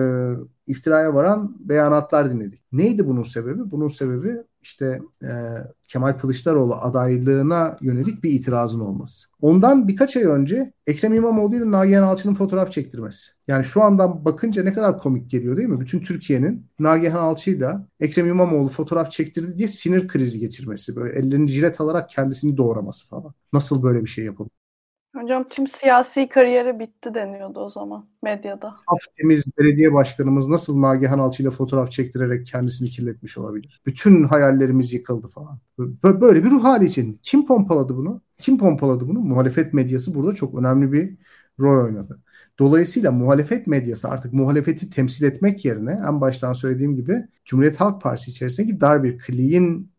iftiraya varan beyanatlar dinledik. Neydi bunun sebebi? Bunun sebebi işte e, Kemal Kılıçdaroğlu adaylığına yönelik bir itirazın olması. Ondan birkaç ay önce Ekrem İmamoğlu ile Nagihan Alçı'nın fotoğraf çektirmesi. Yani şu andan bakınca ne kadar komik geliyor değil mi? Bütün Türkiye'nin Nagihan Alçı'yla Ekrem İmamoğlu fotoğraf çektirdi diye sinir krizi geçirmesi. Böyle ellerini jilet alarak kendisini doğraması falan. Nasıl böyle bir şey yapılır? Hocam tüm siyasi kariyeri bitti deniyordu o zaman medyada. Saf temiz belediye başkanımız nasıl Nagihan Alçı ile fotoğraf çektirerek kendisini kirletmiş olabilir? Bütün hayallerimiz yıkıldı falan. Böyle bir ruh hali için. Kim pompaladı bunu? Kim pompaladı bunu? Muhalefet medyası burada çok önemli bir rol oynadı. Dolayısıyla muhalefet medyası artık muhalefeti temsil etmek yerine en baştan söylediğim gibi Cumhuriyet Halk Partisi içerisindeki dar bir kliğin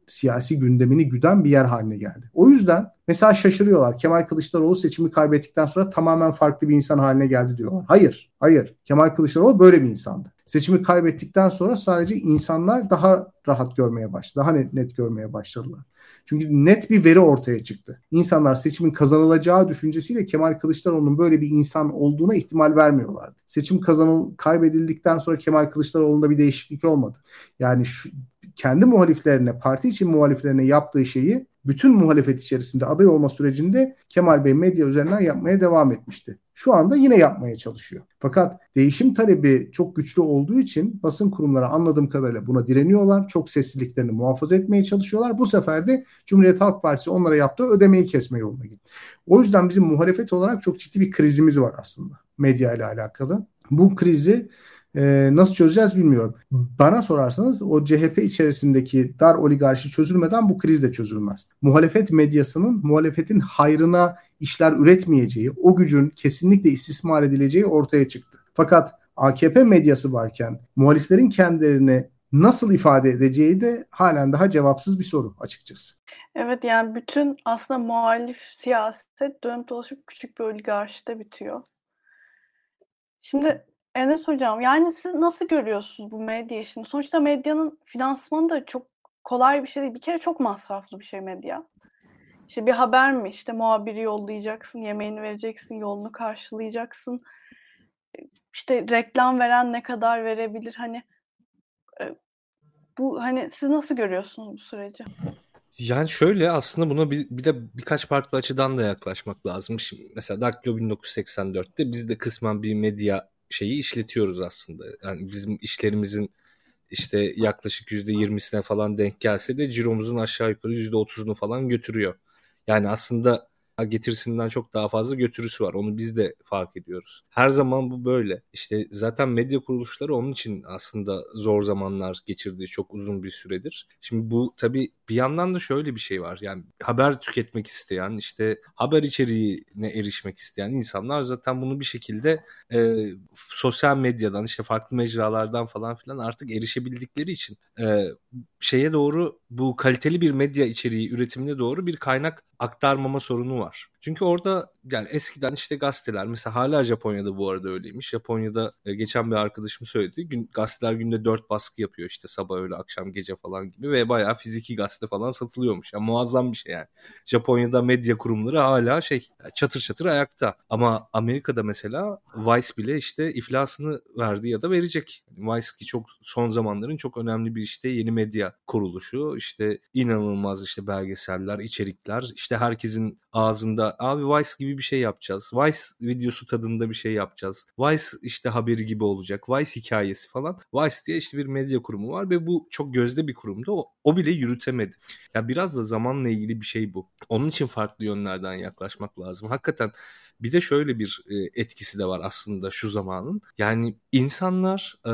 siyasi gündemini güden bir yer haline geldi. O yüzden mesela şaşırıyorlar. Kemal Kılıçdaroğlu seçimi kaybettikten sonra tamamen farklı bir insan haline geldi diyorlar. Hayır, hayır. Kemal Kılıçdaroğlu böyle bir insandı. Seçimi kaybettikten sonra sadece insanlar daha rahat görmeye başladı. Daha net, net görmeye başladılar. Çünkü net bir veri ortaya çıktı. İnsanlar seçimin kazanılacağı düşüncesiyle Kemal Kılıçdaroğlu'nun böyle bir insan olduğuna ihtimal vermiyorlardı. Seçim kazanıl kaybedildikten sonra Kemal Kılıçdaroğlu'nda bir değişiklik olmadı. Yani şu, kendi muhaliflerine, parti için muhaliflerine yaptığı şeyi bütün muhalefet içerisinde aday olma sürecinde Kemal Bey medya üzerinden yapmaya devam etmişti. Şu anda yine yapmaya çalışıyor. Fakat değişim talebi çok güçlü olduğu için basın kurumları anladığım kadarıyla buna direniyorlar. Çok sessizliklerini muhafaza etmeye çalışıyorlar. Bu sefer de Cumhuriyet Halk Partisi onlara yaptığı ödemeyi kesme yoluna gitti. O yüzden bizim muhalefet olarak çok ciddi bir krizimiz var aslında medya ile alakalı. Bu krizi Ee, nasıl çözeceğiz bilmiyorum. Bana sorarsanız o C H P içerisindeki dar oligarşi çözülmeden bu kriz de çözülmez. Muhalefet medyasının muhalefetin hayrına işler üretmeyeceği, o gücün kesinlikle istismar edileceği ortaya çıktı. Fakat A K P medyası varken muhaliflerin kendilerini nasıl ifade edeceği de halen daha cevapsız bir soru açıkçası. Evet, yani bütün aslında muhalif siyaset dönüp dolaşıp küçük bir oligarşide bitiyor. Şimdi Enes Hocam, yani siz nasıl görüyorsunuz bu medya işini? Sonuçta medyanın finansmanı da çok kolay bir şey değil. Bir kere çok masraflı bir şey medya. İşte bir haber mi? İşte muhabiri yollayacaksın, yemeğini vereceksin, yolunu karşılayacaksın. İşte reklam veren ne kadar verebilir? Hani bu hani siz nasıl görüyorsunuz bu süreci? Yani şöyle, aslında buna bir, bir de birkaç farklı açıdan da yaklaşmak lazım. Şimdi mesela Daktilo bin dokuz yüz seksen dörtte biz de kısmen bir medya şeyi işletiyoruz aslında. Yani bizim işlerimizin işte yaklaşık yüzde yirmisine falan denk gelse de ciromuzun aşağı yukarı yüzde otuzunu falan götürüyor. Yani aslında getirisinden çok daha fazla götürüsü var. Onu biz de fark ediyoruz. Her zaman bu böyle. İşte zaten medya kuruluşları onun için aslında zor zamanlar geçirdiği çok uzun bir süredir. Şimdi bu tabii bir yandan da şöyle bir şey var. Yani haber tüketmek isteyen, işte haber içeriğine erişmek isteyen insanlar zaten bunu bir şekilde e, sosyal medyadan, işte farklı mecralardan falan filan artık erişebildikleri için e, şeye doğru, bu kaliteli bir medya içeriği üretimine doğru bir kaynak aktarmama sorunu var. Çünkü orada yani eskiden işte gazeteler, mesela hala Japonya'da bu arada öyleymiş. Japonya'da e, geçen bir arkadaşım söyledi. Gün, gazeteler günde dört baskı yapıyor, işte sabah, öğle, akşam, gece falan gibi ve bayağı fiziki gazete falan satılıyormuş. Yani muazzam bir şey yani. Japonya'da medya kurumları hala şey, çatır çatır ayakta. Ama Amerika'da mesela Vice bile işte iflasını verdi ya da verecek. Vice ki çok son zamanların çok önemli bir işte yeni medya kuruluşu. İşte inanılmaz işte belgeseller, içerikler. İşte herkesin ağzında abi Vice gibi bir şey yapacağız. Vice videosu tadında bir şey yapacağız. Vice işte haberi gibi olacak. Vice hikayesi falan. Vice diye işte bir medya kurumu var ve bu çok gözde bir kurumdu. O, o bile yürütemedi. Ya biraz da zamanla ilgili bir şey bu. Onun için farklı yönlerden yaklaşmak lazım. Hakikaten bir de şöyle bir e, etkisi de var aslında şu zamanın. Yani insanlar e,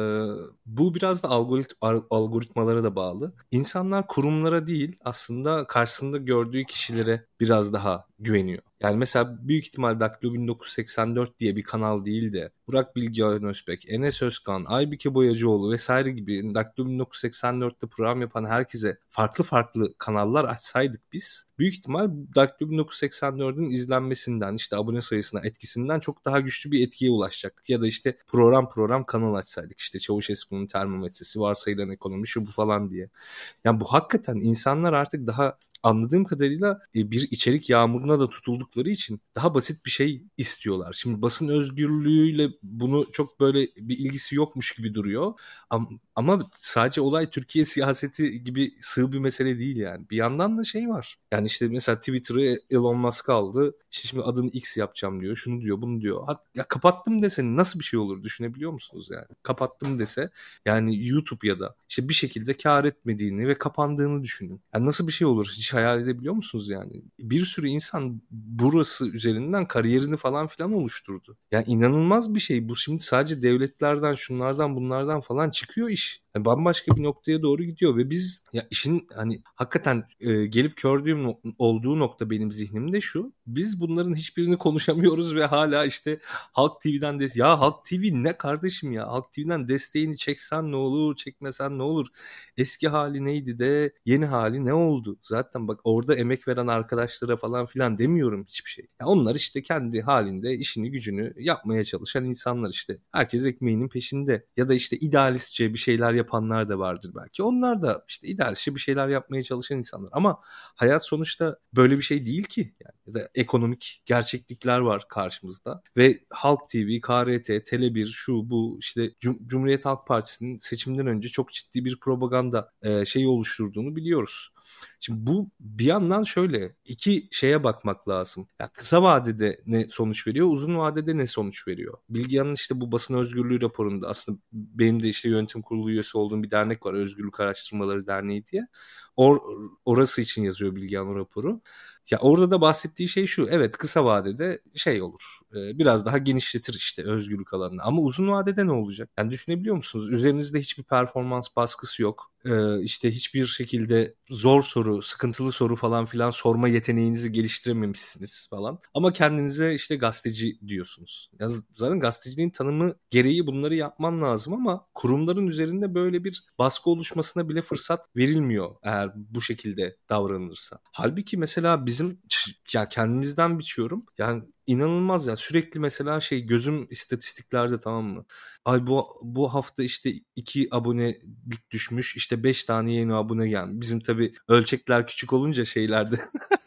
bu biraz da algorit, algoritmalara da bağlı. İnsanlar kurumlara değil, aslında karşısında gördüğü kişilere biraz daha güveniyor. Yani mesela büyük ihtimal Daktilo bin dokuz yüz seksen dört diye bir kanal değil de Burak Bilgehan Özbek, Enes Özkan, Aybike Boyacıoğlu vesaire gibi Daktilo bin dokuz yüz seksen dörtte program yapan herkese farklı farklı kanallar açsaydık biz, büyük ihtimal Daktilo bin dokuz yüz seksen dördün izlenmesinden, işte abone sayısına, etkisinden çok daha güçlü bir etkiye ulaşacaktık. Ya da işte program program kanal açsaydık, işte Çavuşesku'nun termometresi, varsayılan ekonomi, şu bu falan diye. Yani bu hakikaten insanlar artık daha, anladığım kadarıyla bir içerik yağmuruna da tutuldukları için daha basit bir şey istiyorlar. Şimdi basın özgürlüğüyle bunu çok böyle bir ilgisi yokmuş gibi duruyor. Ama, ama sadece olay Türkiye siyaseti gibi sığ bir mesele değil yani. Bir yandan da şey var. Yani işte mesela Twitter'ı Elon Musk aldı. İşte şimdi adını X yapacağım diyor. Şunu diyor, bunu diyor. Ya kapattım dese nasıl bir şey olur, düşünebiliyor musunuz yani? Kapattım dese, yani YouTube ya da işte bir şekilde kar etmediğini ve kapandığını düşünün. Yani nasıl bir şey olur hiç hayal edebiliyor musunuz yani? Bir sürü insan insan burası üzerinden kariyerini falan filan oluşturdu. Yani inanılmaz bir şey bu. Şimdi sadece devletlerden, şunlardan, bunlardan falan çıkıyor iş. Yani bambaşka bir noktaya doğru gidiyor ve biz ya işin hani hakikaten e, gelip gördüğüm no- olduğu nokta benim zihnimde şu. Biz bunların hiçbirini konuşamıyoruz ve hala işte Halk T V'den des ya Halk T V ne kardeşim ya? Halk T V'den desteğini çeksen ne olur, çekmesen ne olur? Eski hali neydi de yeni hali ne oldu? Zaten bak orada emek veren arkadaşlara falan filan demiyorum hiçbir şey. Ya onlar işte kendi halinde işini gücünü yapmaya çalışan insanlar işte. Herkes ekmeğinin peşinde ya da işte idealistçe bir şeyler yapanlar da vardır belki. Onlar da işte idealistçe bir şeyler yapmaya çalışan insanlar. Ama hayat sonuçta böyle bir şey değil ki. Yani ya da ekonomik gerçeklikler var karşımızda ve Halk T V, K R T, Tele bir, şu bu işte Cum- Cumhuriyet Halk Partisi'nin seçimden önce çok ciddi bir propaganda e, şeyi oluşturduğunu biliyoruz. Şimdi bu bir yandan şöyle iki şeye bakmak lazım. Ya kısa vadede ne sonuç veriyor, uzun vadede ne sonuç veriyor? Bilgehan'ın işte bu basın özgürlüğü raporunda aslında benim de işte yönetim kurulu üyesi olduğum bir dernek var, Özgürlük Araştırmaları Derneği diye. Or, orası için yazıyor Bilgehan o raporu. Ya orada da bahsettiği şey şu. Evet kısa vadede şey olur. E, biraz daha genişletir işte özgürlük alanını. Ama uzun vadede ne olacak? Yani düşünebiliyor musunuz? Üzerinizde hiçbir performans baskısı yok. E, işte hiçbir şekilde zor soru, sıkıntılı soru falan filan sorma yeteneğinizi geliştirememişsiniz falan. Ama kendinize işte gazeteci diyorsunuz. Ya zaten gazeteciliğin tanımı gereği bunları yapman lazım ama kurumların üzerinde böyle bir baskı oluşmasına bile fırsat verilmiyor eğer bu şekilde davranılırsa. Halbuki mesela bizim ya kendimizden biçiyorum. Yani inanılmaz ya sürekli mesela şey gözüm istatistiklerde, tamam mı? Ay bu bu hafta işte iki abonelik düşmüş, işte beş tane yeni abone gelmiş. Bizim tabii ölçekler küçük olunca şeylerde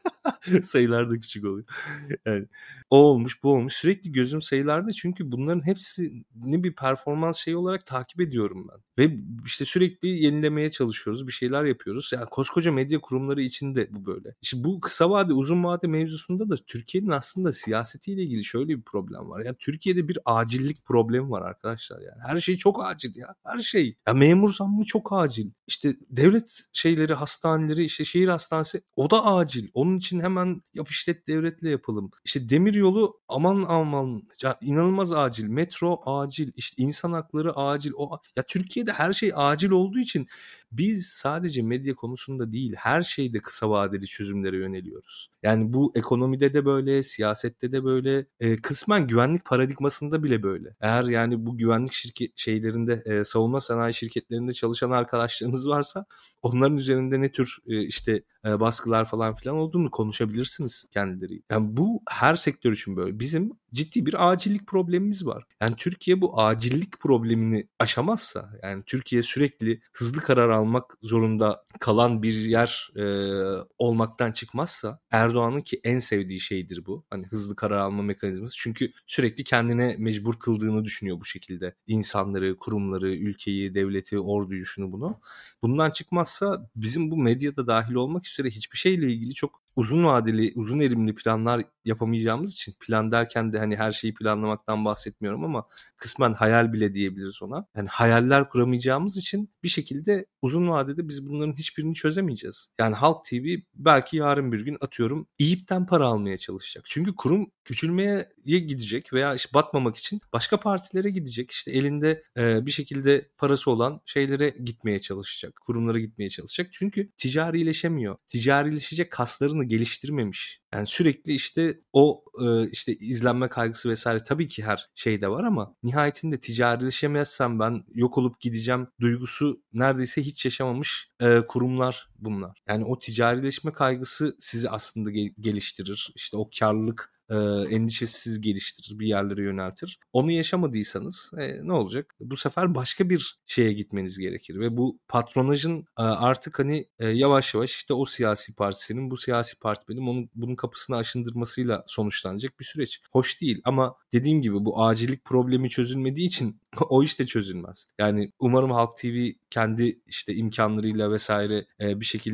sayılar da küçük oluyor. Yani o olmuş, bu olmuş. Sürekli gözüm sayılarda çünkü bunların hepsini bir performans şeyi olarak takip ediyorum ben. Ve işte sürekli yenilemeye çalışıyoruz, bir şeyler yapıyoruz. Yani koskoca medya kurumları için de bu böyle. İşte bu kısa vade, uzun vade mevzusunda da Türkiye'nin aslında siyasetiyle ilgili şöyle bir problem var. Yani Türkiye'de bir acillik problemi var arkadaşlar yani. Her şey çok acil ya. Her şey. Ya memur zammı çok acil. İşte devlet şeyleri, hastaneleri, işte şehir hastanesi o da acil. Onun için hemen yap işlet devletle yapalım. İşte demiryolu aman aman ya inanılmaz acil. Metro acil. İşte insan hakları acil. O ya Türkiye'de her şey acil olduğu için biz sadece medya konusunda değil her şeyde kısa vadeli çözümlere yöneliyoruz. Yani bu ekonomide de böyle, siyasette de böyle, e, kısmen güvenlik paradigmasında bile böyle. Eğer yani bu güvenlik şirket şeylerinde, e, savunma sanayi şirketlerinde çalışan arkadaşlarınız varsa onların üzerinde ne tür e, işte e, baskılar falan filan olduğunu konuşabilirsiniz kendileri. Yani bu her sektör için böyle. Bizim ciddi bir acillik problemimiz var. Yani Türkiye bu acillik problemini aşamazsa, yani Türkiye sürekli hızlı karar almak zorunda kalan bir yer e, olmaktan çıkmazsa, Erdoğan'ın ki en sevdiği şeydir bu. Hani hızlı karar alma mekanizması. Çünkü sürekli kendine mecbur kıldığını düşünüyor bu şekilde. İnsanları, kurumları, ülkeyi, devleti, orduyu, şunu bunu. Bundan çıkmazsa bizim bu medyada dahil olmak üzere hiçbir şeyle ilgili çok uzun vadeli, uzun erimli planlar yapamayacağımız için, plan derken de hani her şeyi planlamaktan bahsetmiyorum ama kısmen hayal bile diyebiliriz ona. Yani hayaller kuramayacağımız için bir şekilde uzun vadede biz bunların hiçbirini çözemeyeceğiz. Yani Halk T V belki yarın bir gün atıyorum İYİP'ten para almaya çalışacak. Çünkü kurum küçülmeye gidecek veya işte batmamak için başka partilere gidecek. İşte elinde e, bir şekilde parası olan şeylere gitmeye çalışacak. Kurumlara gitmeye çalışacak. Çünkü ticarileşemiyor. Ticarileşecek kaslarını geliştirmemiş. Yani sürekli işte o e, işte izlenme kaygısı vesaire tabii ki her şeyde var ama nihayetinde ticarileşemezsem ben yok olup gideceğim duygusu neredeyse hiç yaşamamış e, kurumlar bunlar. Yani o ticarileşme kaygısı sizi aslında gel- geliştirir. İşte o karlılık e, endişesiz geliştirir, bir yerlere yöneltir. Onu yaşamadıysanız e, ne olacak? Bu sefer başka bir şeye gitmeniz gerekir ve bu patronajın e, artık hani e, yavaş yavaş işte o siyasi partisinin, bu siyasi parti benim, onun bunun kapısını aşındırmasıyla sonuçlanacak bir süreç. Hoş değil ama dediğim gibi bu acillik problemi çözülmediği için o iş de çözülmez. Yani umarım Halk T V kendi işte imkanlarıyla vesaire e, bir şekilde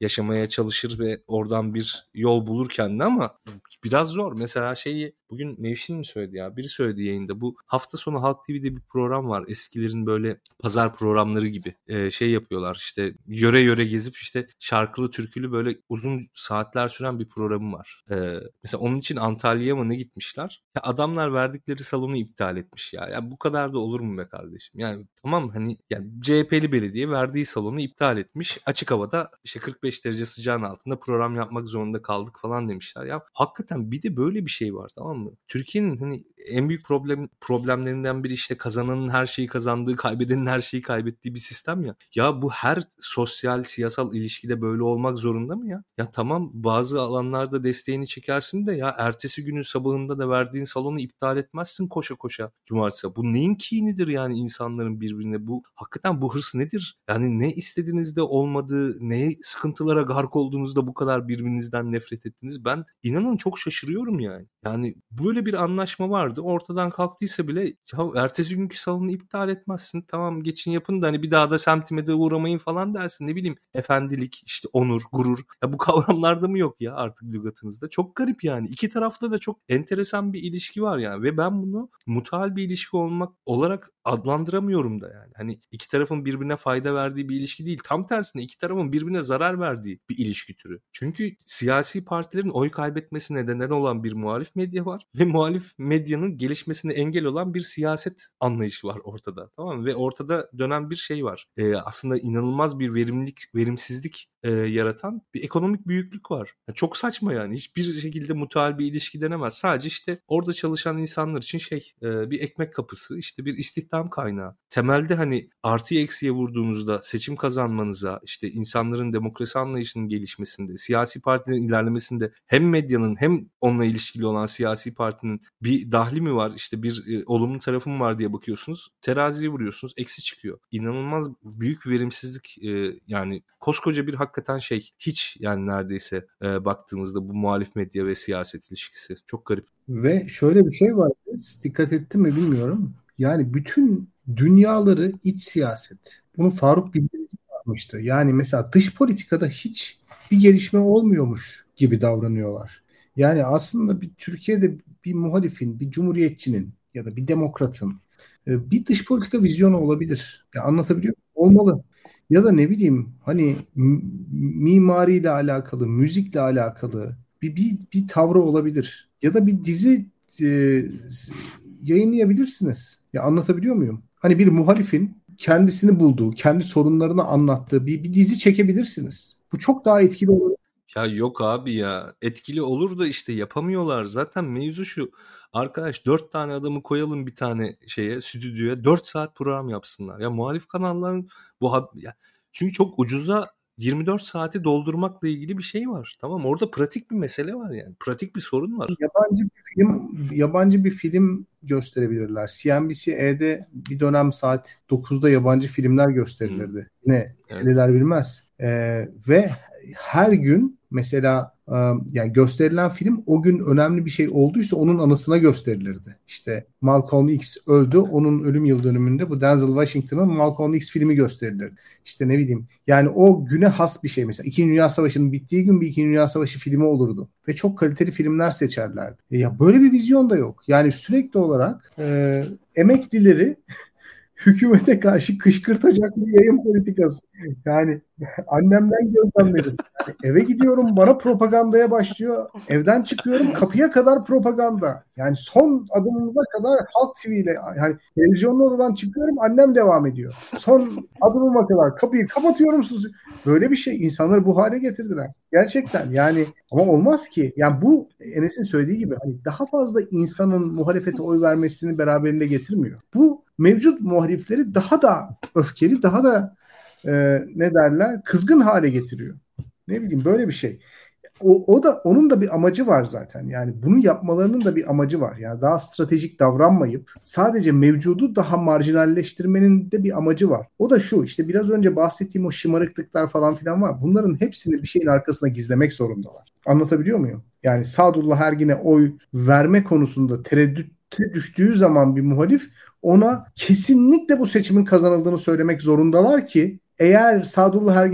yaşamaya çalışır ve oradan bir yol bulur kendine ama biraz zor. Mesela şeyi bugün Nevşin mi söyledi ya? Biri söyledi yayında. Bu hafta sonu Halk T V'de bir program var. Eskilerin böyle pazar programları gibi ee, şey yapıyorlar. İşte yöre yöre gezip işte şarkılı türkülü böyle uzun saatler süren bir programı var. Ee, mesela onun için Antalya'ya mı ne gitmişler? Ya adamlar verdikleri salonu iptal etmiş ya. Ya bu kadar da olur mu be kardeşim? Yani tamam hani yani C H P'li belediye verdiği salonu iptal etmiş. Açık havada işte kırk beş derece sıcağın altında program yapmak zorunda kaldık falan demişler. Ya hakikaten bir de böyle bir şey var, tamam mı? Türkiye'nin hani en büyük problem problemlerinden biri işte kazananın her şeyi kazandığı, kaybedenin her şeyi kaybettiği bir sistem ya. Ya bu her sosyal, siyasal ilişkide böyle olmak zorunda mı ya? Ya tamam bazı alanlarda desteğini çekersin de ya ertesi günün sabahında da verdiğin salonu iptal etmezsin koşa koşa cumartesi. Bu neyin kinidir yani insanların birbirine? Bu hakikaten bu hırs nedir? Yani ne istediğinizde olmadığı, ne sıkıntılara gark olduğunuzda bu kadar birbirinizden nefret ettiniz? Ben inanın çok şaşırıyorum yani. Yani böyle bir anlaşma vardı. Ortadan kalktıysa bile ya ertesi günkü salonu iptal etmezsin. Tamam geçin yapın da hani bir daha da semtime de uğramayın falan dersin. Ne bileyim efendilik, işte onur, gurur. Ya bu kavramlarda mı yok ya artık lügatınızda? Çok garip yani. İki tarafta da çok enteresan bir ilişki var yani. Ve ben bunu mutual bir ilişki olmak olarak adlandıramıyorum da yani. Hani iki tarafın birbirine fayda verdiği bir ilişki değil. Tam tersine iki tarafın birbirine zarar verdiği bir ilişki türü. Çünkü siyasi partilerin oy kaybetmesine neden olan bir muhalif medya var ve muhalif medyanın gelişmesine engel olan bir siyaset anlayışı var ortada. Tamam mı? Ve ortada dönen bir şey var. Ee, aslında inanılmaz bir verimlilik, verimsizlik e, yaratan bir ekonomik büyüklük var. Yani çok saçma yani. Hiçbir şekilde mutual bir ilişki denemez. Sadece işte orada çalışan insanlar için şey e, bir ekmek kapısı, işte bir istihdam kaynağı. Temelde hani artıya eksiye vurduğunuzda seçim kazanmanıza, işte insanların demokrasi anlayışının gelişmesinde, siyasi partilerin ilerlemesinde hem medyanın hem onunla ilişkili olan siyasi partinin bir dahli mi var, işte bir e, olumlu tarafı mı var diye bakıyorsunuz. Teraziye vuruyorsunuz, eksi çıkıyor. İnanılmaz büyük verimsizlik e, yani koskoca bir hakikaten şey hiç yani neredeyse e, baktığınızda bu muhalif medya ve siyaset ilişkisi. Çok garip. Ve şöyle bir şey var. Dikkat ettim mi bilmiyorum. Yani bütün dünyaları iç siyaset. Bunu Faruk Bildirici yapmıştı. Yani mesela dış politikada hiç bir gelişme olmuyormuş gibi davranıyorlar. Yani aslında bir Türkiye'de bir muhalifin, bir cumhuriyetçinin ya da bir demokratın e, bir dış politika vizyonu olabilir. Ya anlatabiliyor muyum? Olmalı. Ya da ne bileyim hani m- mimariyle alakalı, müzikle alakalı bir, bir, bir tavrı olabilir. Ya da bir dizi e, yayınlayabilirsiniz. Ya anlatabiliyor muyum? Hani bir muhalifin kendisini bulduğu, kendi sorunlarını anlattığı bir, bir dizi çekebilirsiniz. Bu çok daha etkili olur. Ya yok abi ya etkili olur da işte yapamıyorlar. Zaten mevzu şu. Arkadaş dört tane adamı koyalım bir tane şeye stüdyoya dört saat program yapsınlar. Ya muhalif kanalların bu ha- ya, çünkü çok ucuza yirmi dört saati doldurmakla ilgili bir şey var. Tamam orada pratik bir mesele var yani. Pratik bir sorun var. Yabancı bir film, yabancı bir film gösterebilirler. C N B C E'de bir dönem saat dokuzda yabancı filmler gösterilirdi. Hmm. Yine listeler evet. Bilmez. Ee, ve her gün mesela yani gösterilen film o gün önemli bir şey olduysa onun anısına gösterilirdi. İşte Malcolm X öldü. Onun ölüm yıl dönümünde bu Denzel Washington'ın Malcolm X filmi gösterilirdi. İşte ne bileyim yani o güne has bir şey. Mesela İkinci Dünya Savaşı'nın bittiği gün bir İkinci Dünya Savaşı filmi olurdu. Ve çok kaliteli filmler seçerlerdi. E ya böyle bir vizyon da yok. Yani sürekli olarak e, emeklileri hükümete karşı kışkırtacak bir yayın politikası. Yani annemden gözlemledim. Yani eve gidiyorum bana propagandaya başlıyor. Evden çıkıyorum kapıya kadar propaganda. Yani son adımımıza kadar Halk T V ile yani televizyonlu odadan çıkıyorum annem devam ediyor. Son adımıma kadar kapıyı kapatıyorum sus. Böyle bir şey insanları bu hale getirdiler. Gerçekten yani ama olmaz ki. Yani bu Enes'in söylediği gibi hani daha fazla insanın muhalefete oy vermesini beraberinde getirmiyor. Bu mevcut muhalifleri daha da öfkeli, daha da e, ne derler kızgın hale getiriyor. Ne bileyim böyle bir şey. O, o da onun da bir amacı var zaten. Yani bunu yapmalarının da bir amacı var. Yani daha stratejik davranmayıp sadece mevcudu daha marjinalleştirmenin de bir amacı var. O da şu işte biraz önce bahsettiğim o şımarıklıklar falan filan var. Bunların hepsini bir şeyin arkasına gizlemek zorundalar. Anlatabiliyor muyum? Yani Sadullah Ergin'e oy verme konusunda tereddütte düştüğü zaman bir muhalif ona kesinlikle bu seçimin kazanıldığını söylemek zorundalar ki eğer Sadullah Ergin'e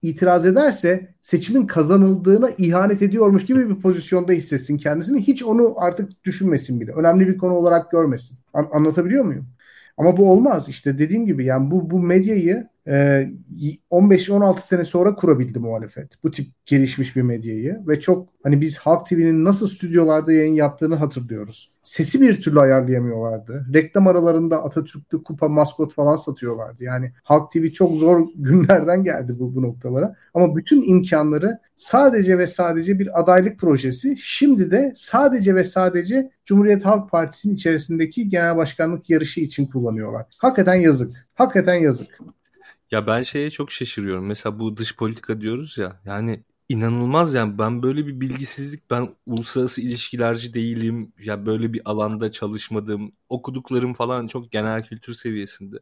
itiraz ederse seçimin kazanıldığına ihanet ediyormuş gibi bir pozisyonda hissetsin kendisini. Hiç onu artık düşünmesin bile. Önemli bir konu olarak görmesin. An- anlatabiliyor muyum? Ama bu olmaz. İşte dediğim gibi yani bu bu medyayı e, on beş on altı sene sonra kurabildi muhalefet. Bu tip gelişmiş bir medyayı ve çok hani biz Halk T V'nin nasıl stüdyolarda yayın yaptığını hatırlıyoruz. Sesi bir türlü ayarlayamıyorlardı. Reklam aralarında Atatürk'lü kupa, maskot falan satıyorlardı. Yani Halk T V çok zor günlerden geldi bu, bu noktalara. Ama bütün imkanları sadece ve sadece bir adaylık projesi. Şimdi de sadece ve sadece Cumhuriyet Halk Partisi'nin içerisindeki genel başkanlık yarışı için kullanıyorlar. Hakikaten yazık. Hakikaten yazık. Ya ben şeye çok şaşırıyorum. Mesela bu dış politika diyoruz ya. Yani inanılmaz yani ben böyle bir bilgisizlik, ben uluslararası ilişkilerci değilim. Ya böyle bir alanda çalışmadım. Okuduklarım falan çok genel kültür seviyesinde.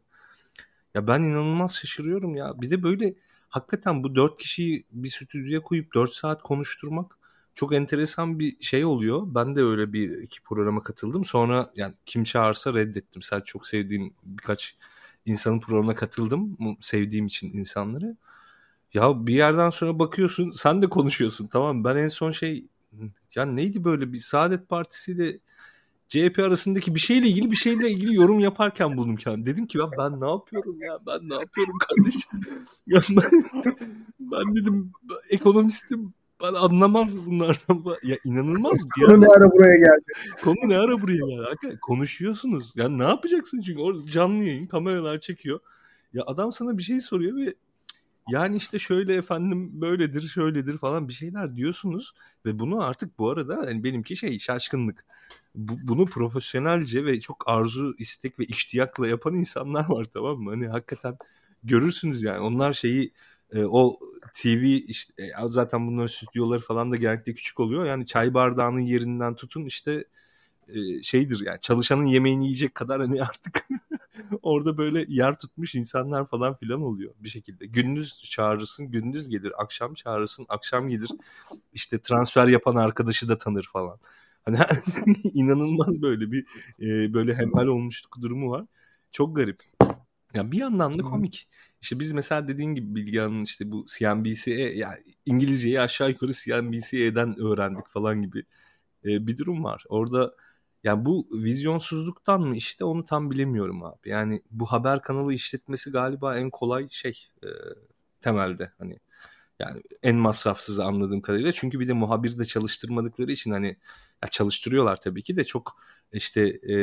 Ya ben inanılmaz şaşırıyorum ya. Bir de böyle hakikaten bu dört kişiyi bir stüdyoya koyup dört saat konuşturmak çok enteresan bir şey oluyor. Ben de öyle bir iki programa katıldım. Sonra yani kim çağırsa reddettim. Sadece çok sevdiğim birkaç insanın programına katıldım. Sevdiğim için insanları. Ya bir yerden sonra bakıyorsun sen de konuşuyorsun, tamam mı? Ben en son şey ya neydi böyle bir Saadet Partisi ile C H P arasındaki bir şeyle ilgili bir şeyle ilgili yorum yaparken buldum kendimi. Dedim ki ya ben ne yapıyorum ya? Ben ne yapıyorum kardeşim? Ya ben, ben dedim ekonomistim. Ben anlamaz bunlardan. Ya inanılmaz bir Konu ne ara buraya geldi? Konu ne ara buraya geldi? Hakikaten konuşuyorsunuz. Ya ne yapacaksın çünkü orada canlı yayın, kameralar çekiyor. Ya adam sana bir şey soruyor ve yani işte şöyle efendim böyledir, şöyledir falan bir şeyler diyorsunuz ve bunu artık bu arada hani benimki şey şaşkınlık. Bu, bunu profesyonelce ve çok arzu, istek ve iştiyakla yapan insanlar var, tamam mı? Hani hakikaten görürsünüz yani onlar şeyi e, o T V işte e, zaten bunların stüdyoları falan da genellikle küçük oluyor. Yani çay bardağının yerinden tutun işte e, şeydir yani çalışanın yemeğini yiyecek kadar hani artık orada böyle yer tutmuş insanlar falan filan oluyor bir şekilde. Gündüz çağırırsın, gündüz gelir. Akşam çağırırsın, akşam gelir. İşte transfer yapan arkadaşı da tanır falan. Hani inanılmaz böyle bir e, böyle hemhal olmuşluk durumu var. Çok garip. Ya bir yandan da komik. İşte biz mesela dediğin gibi Bilgehan'ın işte bu C N B C'ye yani İngilizceyi aşağı yukarı C N B C'den öğrendik falan gibi e, bir durum var. Orada yani bu vizyonsuzluktan mı işte onu tam bilemiyorum abi. Yani bu haber kanalı işletmesi galiba en kolay şey e, temelde hani yani en masrafsız anladığım kadarıyla. Çünkü bir de muhabir de çalıştırmadıkları için hani ya çalıştırıyorlar tabii ki de çok işte e,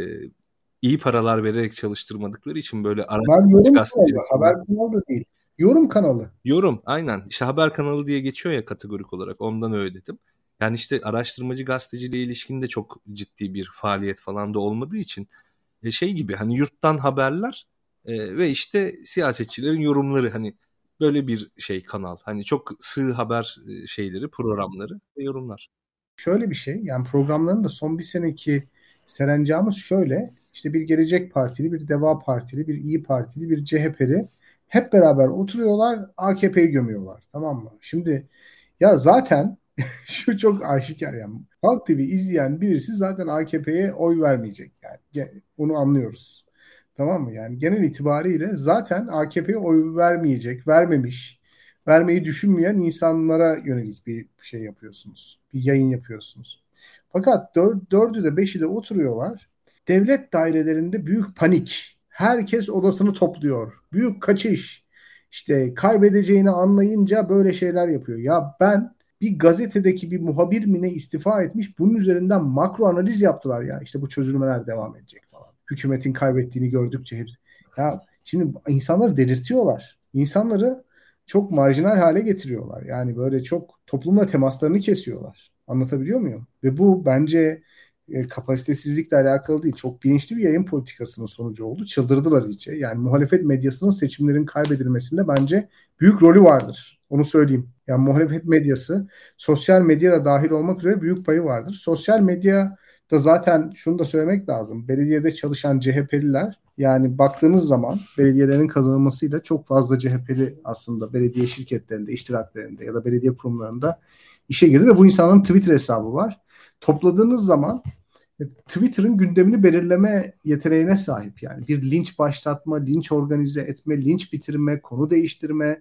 iyi paralar vererek çalıştırmadıkları için böyle Ben araştırmacı yorum gazeteci kanalı, falan. haber kanalı da değil. Yorum kanalı. Yorum aynen işte haber kanalı diye geçiyor ya kategorik olarak, ondan öyle dedim. Yani işte araştırmacı gazeteciliğe ilişkin de çok ciddi bir faaliyet falan da olmadığı için e, şey gibi hani yurttan haberler e, ve işte siyasetçilerin yorumları, hani böyle bir şey kanal. Hani çok sığ haber e, şeyleri, programları ve yorumlar. Şöyle bir şey yani programların da son bir seneki serencamız şöyle işte bir Gelecek Partili, bir Deva Partili, bir İyi Partili, bir C H P'li hep beraber oturuyorlar A K P'yi gömüyorlar, tamam mı? Şimdi ya zaten şu çok aşikar yani Halk T V izleyen birisi zaten A K P'ye oy vermeyecek yani onu anlıyoruz, tamam mı? Yani genel itibariyle zaten A K P'ye oy vermeyecek, vermemiş, vermeyi düşünmeyen insanlara yönelik bir şey yapıyorsunuz. Bir yayın yapıyorsunuz. Fakat dör, dördü de beşi de oturuyorlar. Devlet dairelerinde büyük panik. Herkes odasını topluyor. Büyük kaçış. İşte kaybedeceğini anlayınca böyle şeyler yapıyor. Ya ben bir gazetedeki bir muhabir mi ne istifa etmiş. Bunun üzerinden makro analiz yaptılar ya. İşte bu çözülmeler devam edecek falan. Hükümetin kaybettiğini gördükçe hepsi. Ya şimdi insanları delirtiyorlar. İnsanları çok marjinal hale getiriyorlar. Yani böyle çok toplumla temaslarını kesiyorlar. Anlatabiliyor muyum? Ve bu bence e, kapasitesizlikle alakalı değil. Çok bilinçli bir yayın politikasının sonucu oldu. Çıldırdılar iyice. Yani muhalefet medyasının seçimlerin kaybedilmesinde bence büyük rolü vardır. Onu söyleyeyim. Yani muhalefet medyası sosyal medya da dahil olmak üzere büyük payı vardır. Sosyal medya da zaten şunu da söylemek lazım. Belediyede çalışan C H P'liler yani baktığınız zaman belediyelerin kazanılmasıyla çok fazla C H P'li aslında belediye şirketlerinde, iştiraklerinde ya da belediye kurumlarında işe girdi ve bu insanların Twitter hesabı var. Topladığınız zaman Twitter'ın gündemini belirleme yeteneğine sahip yani. Bir linç başlatma, linç organize etme, linç bitirme, konu değiştirme.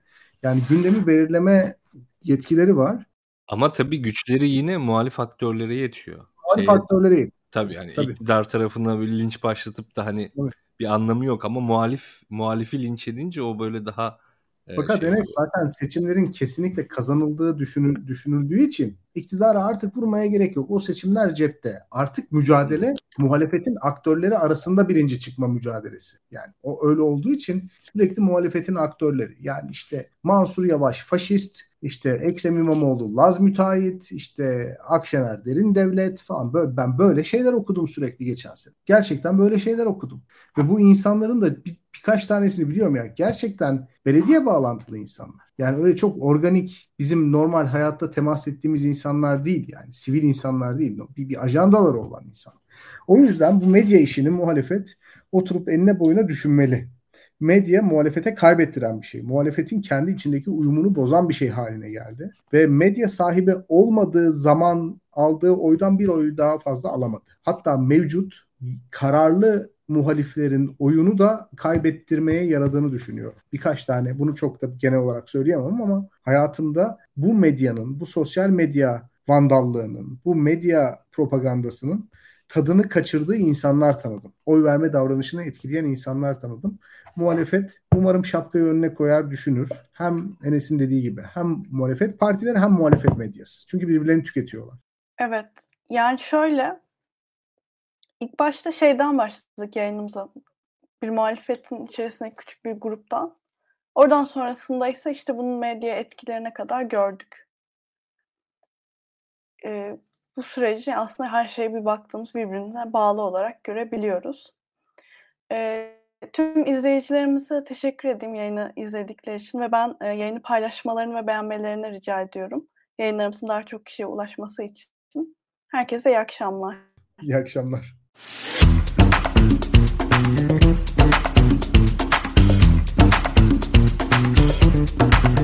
Yani gündemi belirleme yetkileri var. Ama tabii güçleri yine muhalif aktörlere yetiyor. Muhalif Şeye, aktörlere yetiyor. tabii yani Tabii. iktidar tarafına bir linç başlatıp da hani Evet. bir anlamı yok ama muhalif muhalifi linç edince o böyle daha e, Fakat şey Enes oluyor. zaten seçimlerin kesinlikle kazanıldığı düşünül, düşünüldüğü için iktidara artık vurmaya gerek yok. O seçimler cepte. Artık mücadele muhalefetin aktörleri arasında birinci çıkma mücadelesi. Yani o öyle olduğu için sürekli muhalefetin aktörleri. Yani işte Mansur Yavaş faşist, işte Ekrem İmamoğlu Laz müteahhit, işte Akşener derin devlet falan. Böyle, ben böyle şeyler okudum sürekli geçen sene. Gerçekten böyle şeyler okudum. Ve bu insanların da bir, birkaç tanesini biliyorum ya. Gerçekten belediye bağlantılı insanlar. Yani öyle çok organik, bizim normal hayatta temas ettiğimiz insanlar değil yani. Sivil insanlar değil. Bir, bir ajandaları olan insan. O yüzden bu medya işini muhalefet oturup enine boyuna düşünmeli. Medya muhalefete kaybettiren bir şey. Muhalefetin kendi içindeki uyumunu bozan bir şey haline geldi. Ve medya sahibi olmadığı zaman aldığı oydan bir oy daha fazla alamadı. Hatta mevcut kararlı muhaliflerin oyunu da kaybettirmeye yaradığını düşünüyorum. Birkaç tane, bunu çok da genel olarak söyleyemem ama hayatımda bu medyanın, bu sosyal medya vandallığının, bu medya propagandasının tadını kaçırdığı insanlar tanıdım. Oy verme davranışını etkileyen insanlar tanıdım. Muhalefet umarım şapkayı önüne koyar, düşünür. Hem Enes'in dediği gibi hem muhalefet partileri hem muhalefet medyası. Çünkü birbirlerini tüketiyorlar. Evet. Yani şöyle, ilk başta şeyden başladık yayınımıza. Bir muhalefetin içerisindeki küçük bir gruptan. Oradan sonrasında ise işte bunun medya etkilerine kadar gördük. Ee, bu süreci aslında her şeye bir baktığımız birbirine bağlı olarak görebiliyoruz. Ee, tüm izleyicilerimize teşekkür edeyim yayını izledikleri için ve ben e, yayını paylaşmalarını ve beğenmelerini rica ediyorum. Yayınlarımızın daha çok kişiye ulaşması için. Herkese iyi akşamlar. İyi akşamlar. Thank you.